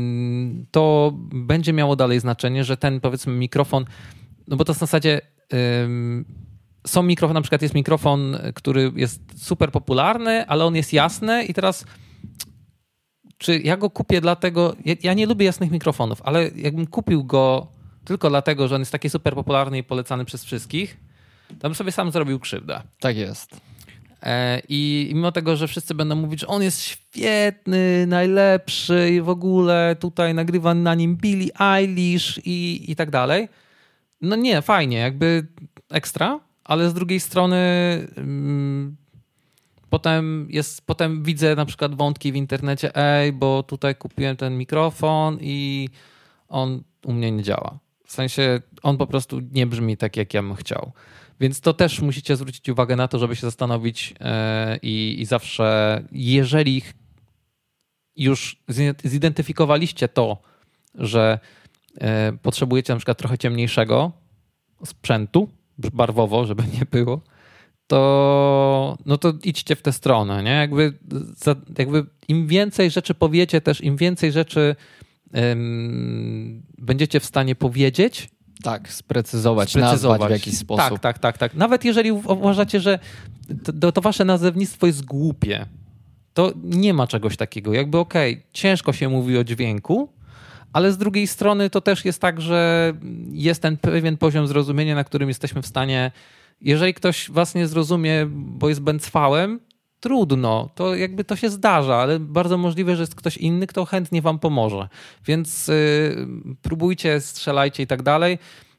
[SPEAKER 1] to będzie miało dalej znaczenie, że ten, powiedzmy, mikrofon, no bo to w zasadzie są mikrofony, na przykład jest mikrofon, który jest super popularny, ale on jest jasny i teraz czy ja go kupię dlatego... Ja nie lubię jasnych mikrofonów, ale jakbym kupił go tylko dlatego, że on jest taki super popularny i polecany przez wszystkich, to bym sobie sam zrobił krzywdę.
[SPEAKER 2] Tak jest.
[SPEAKER 1] I mimo tego, że wszyscy będą mówić, że on jest świetny, najlepszy i w ogóle tutaj nagrywa na nim Billie Eilish i tak dalej, No nie, fajnie, jakby ekstra, ale z drugiej strony potem widzę na przykład wątki w internecie, bo tutaj kupiłem ten mikrofon i on u mnie nie działa. W sensie on po prostu nie brzmi tak, jak ja bym chciał. Więc to też musicie zwrócić uwagę na to, żeby się zastanowić i zawsze, jeżeli już zidentyfikowaliście to, że potrzebujecie na przykład trochę ciemniejszego sprzętu, barwowo, żeby nie było, to idźcie w tę stronę. Nie? Jakby im więcej rzeczy powiecie też, im więcej rzeczy będziecie w stanie powiedzieć,
[SPEAKER 2] tak, sprecyzować, nazwać w jakiś sposób.
[SPEAKER 1] Tak. Nawet jeżeli uważacie, że to wasze nazewnictwo jest głupie, to nie ma czegoś takiego. Jakby ciężko się mówi o dźwięku, ale z drugiej strony to też jest tak, że jest ten pewien poziom zrozumienia, na którym jesteśmy w stanie, jeżeli ktoś was nie zrozumie, bo jest bęcwałem, trudno, to jakby to się zdarza, ale bardzo możliwe, że jest ktoś inny, kto chętnie wam pomoże. Więc próbujcie, strzelajcie i tak dalej.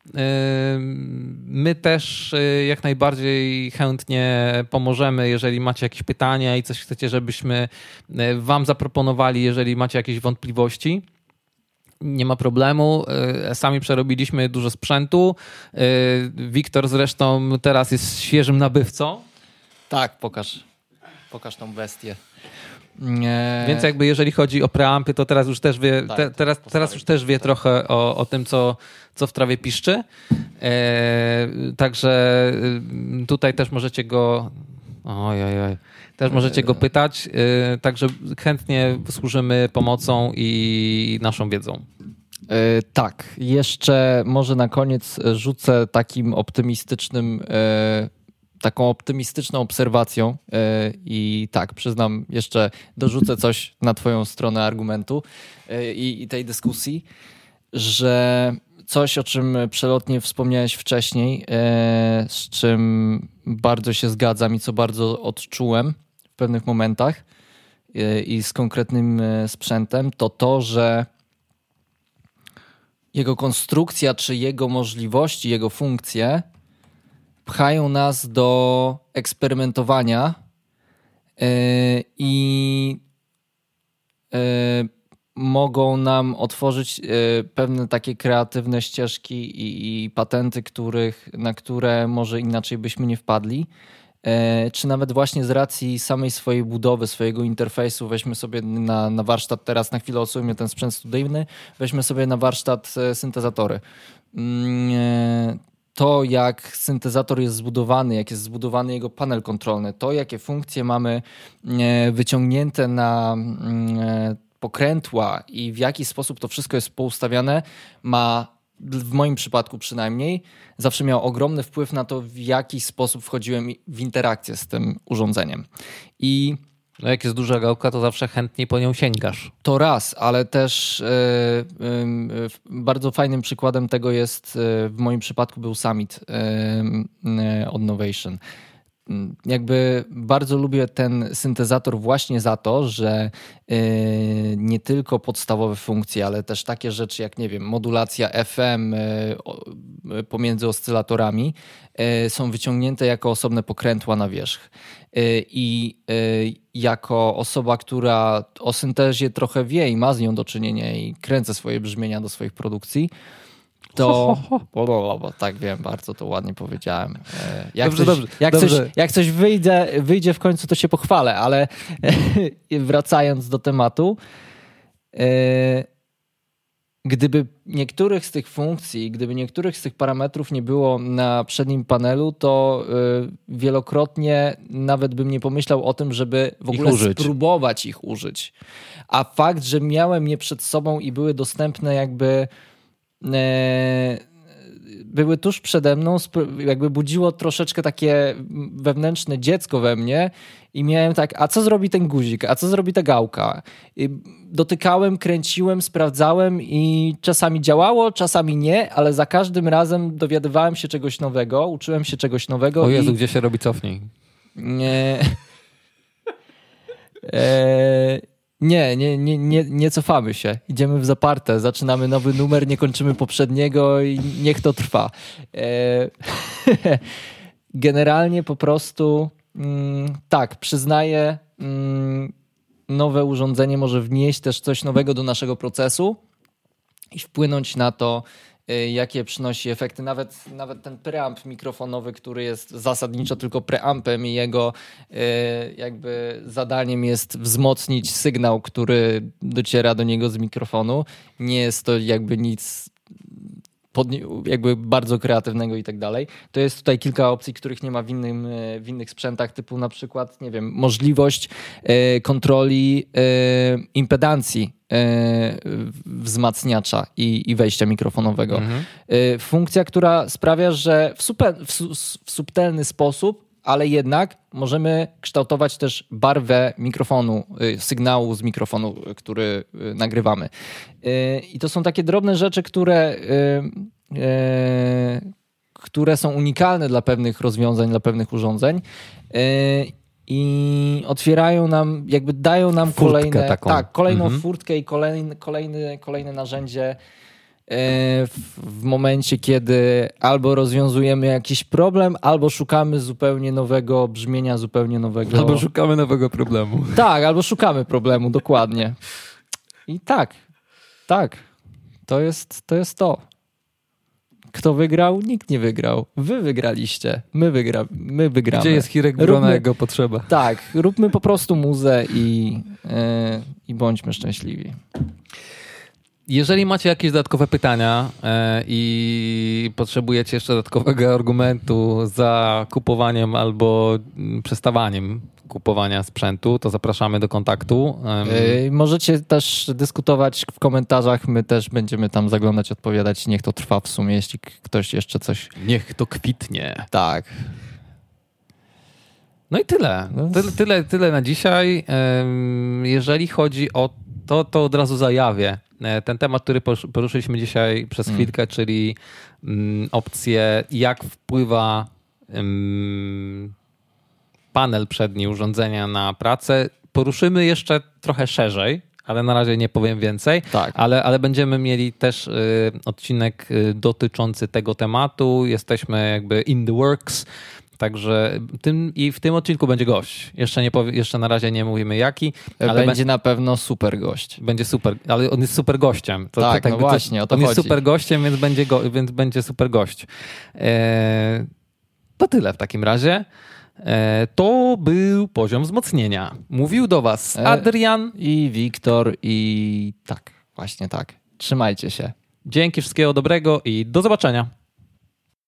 [SPEAKER 1] My też jak najbardziej chętnie pomożemy, jeżeli macie jakieś pytania i coś chcecie, żebyśmy wam zaproponowali, jeżeli macie jakieś wątpliwości. Nie ma problemu. Sami przerobiliśmy dużo sprzętu. Wiktor zresztą teraz jest świeżym nabywcą.
[SPEAKER 2] Tak, pokaż tą bestię.
[SPEAKER 1] Więc jakby jeżeli chodzi o preampy, to teraz już też wie, teraz już też wie trochę o tym, co w trawie piszczy. Także tutaj też możecie go... Też możecie go pytać, także chętnie służymy pomocą i naszą wiedzą.
[SPEAKER 2] Tak, jeszcze może na koniec rzucę taką optymistyczną obserwacją i tak, przyznam, jeszcze dorzucę coś na twoją stronę argumentu i tej dyskusji, że coś, o czym przelotnie wspomniałeś wcześniej, z czym bardzo się zgadzam i co bardzo odczułem w pewnych momentach i z konkretnym sprzętem, to, że jego konstrukcja, czy jego możliwości, jego funkcje pchają nas do eksperymentowania i mogą nam otworzyć pewne takie kreatywne ścieżki i patenty, na które może inaczej byśmy nie wpadli. Czy nawet właśnie z racji samej swojej budowy, swojego interfejsu, weźmy sobie na warsztat, teraz na chwilę odsunię ten sprzęt studyjny, weźmy sobie na warsztat syntezatory. To, jak syntezator jest zbudowany, jak jest zbudowany jego panel kontrolny, to, jakie funkcje mamy wyciągnięte na pokrętła i w jaki sposób to wszystko jest poustawiane, ma, w moim przypadku przynajmniej, zawsze miał ogromny wpływ na to, w jaki sposób wchodziłem w interakcję z tym urządzeniem. I
[SPEAKER 1] jak jest duża gałka, to zawsze chętniej po nią sięgasz.
[SPEAKER 2] To raz, ale też bardzo fajnym przykładem tego jest, w moim przypadku był Summit od Novation. Jakby bardzo lubię ten syntezator właśnie za to, że nie tylko podstawowe funkcje, ale też takie rzeczy jak, nie wiem, modulacja FM pomiędzy oscylatorami są wyciągnięte jako osobne pokrętła na wierzch. I jako osoba, która o syntezie trochę wie i ma z nią do czynienia i kręcę swoje brzmienia do swoich produkcji, to... Tak, wiem, bardzo to ładnie powiedziałem. Jak coś wyjdzie w końcu, to się pochwalę, ale wracając do tematu, gdyby niektórych z tych funkcji, gdyby niektórych z tych parametrów nie było na przednim panelu, to wielokrotnie nawet bym nie pomyślał o tym, żeby w ogóle spróbować ich użyć. A fakt, że miałem je przed sobą i były dostępne jakby... były tuż przede mną, jakby budziło troszeczkę takie wewnętrzne dziecko we mnie i miałem tak, a co zrobi ten guzik, a co zrobi ta gałka? I dotykałem, kręciłem, sprawdzałem i czasami działało, czasami nie, ale za każdym razem dowiadywałem się czegoś nowego, uczyłem się czegoś nowego.
[SPEAKER 1] O Jezu, gdzie się robi cofnij?
[SPEAKER 2] Nie cofamy się. Idziemy w zaparte, zaczynamy nowy numer, nie kończymy poprzedniego i niech to trwa. Generalnie po prostu tak, przyznaję, nowe urządzenie może wnieść też coś nowego do naszego procesu i wpłynąć na to, jakie przynosi efekty. Nawet ten preamp mikrofonowy, który jest zasadniczo tylko preampem i jego jakby zadaniem jest wzmocnić sygnał, który dociera do niego z mikrofonu. Nie jest to jakby nic jakby bardzo kreatywnego i tak dalej. To jest tutaj kilka opcji, których nie ma w innych sprzętach, typu na przykład, nie wiem, możliwość kontroli impedancji wzmacniacza i wejścia mikrofonowego. Funkcja, która sprawia, że w subtelny sposób, ale jednak możemy kształtować też barwę mikrofonu, sygnału z mikrofonu, który nagrywamy. I to są takie drobne rzeczy, które są unikalne dla pewnych rozwiązań, dla pewnych urządzeń i otwierają nam, jakby dają nam kolejną furtkę i kolejne narzędzie w momencie, kiedy albo rozwiązujemy jakiś problem, albo szukamy zupełnie nowego brzmienia, zupełnie nowego...
[SPEAKER 1] Albo szukamy nowego problemu.
[SPEAKER 2] Tak, albo szukamy problemu, dokładnie. I tak, to jest to. Kto wygrał? Nikt nie wygrał. Wy wygraliście. My wygramy.
[SPEAKER 1] Gdzie jest Hirek Wrona, jego potrzeba?
[SPEAKER 2] Tak, róbmy po prostu muzę i bądźmy szczęśliwi.
[SPEAKER 1] Jeżeli macie jakieś dodatkowe pytania i potrzebujecie jeszcze dodatkowego argumentu za kupowaniem albo przestawaniem kupowania sprzętu, to zapraszamy do kontaktu.
[SPEAKER 2] Możecie też dyskutować w komentarzach, my też będziemy tam zaglądać, odpowiadać. Niech to trwa w sumie, jeśli ktoś jeszcze coś...
[SPEAKER 1] Niech to kwitnie.
[SPEAKER 2] Tak.
[SPEAKER 1] No i tyle. Tyle na dzisiaj. Jeżeli chodzi o to od razu zajawię. Ten temat, który poruszyliśmy dzisiaj przez chwilkę, czyli opcję, jak wpływa panel przedni urządzenia na pracę, poruszymy jeszcze trochę szerzej, ale na razie nie powiem więcej.
[SPEAKER 2] Tak.
[SPEAKER 1] Ale będziemy mieli też odcinek dotyczący tego tematu. Jesteśmy jakby in the works. Także w tym odcinku będzie gość. Jeszcze na razie nie mówimy jaki.
[SPEAKER 2] Ale będzie na pewno super gość.
[SPEAKER 1] Będzie super, ale on jest super gościem.
[SPEAKER 2] No właśnie, o to
[SPEAKER 1] on
[SPEAKER 2] chodzi.
[SPEAKER 1] jest super gościem, więc będzie super gość. To tyle w takim razie. To był poziom wzmocnienia. Mówił do was Adrian
[SPEAKER 2] i Wiktor i tak, właśnie tak. Trzymajcie się.
[SPEAKER 1] Dzięki, wszystkiego dobrego i do zobaczenia.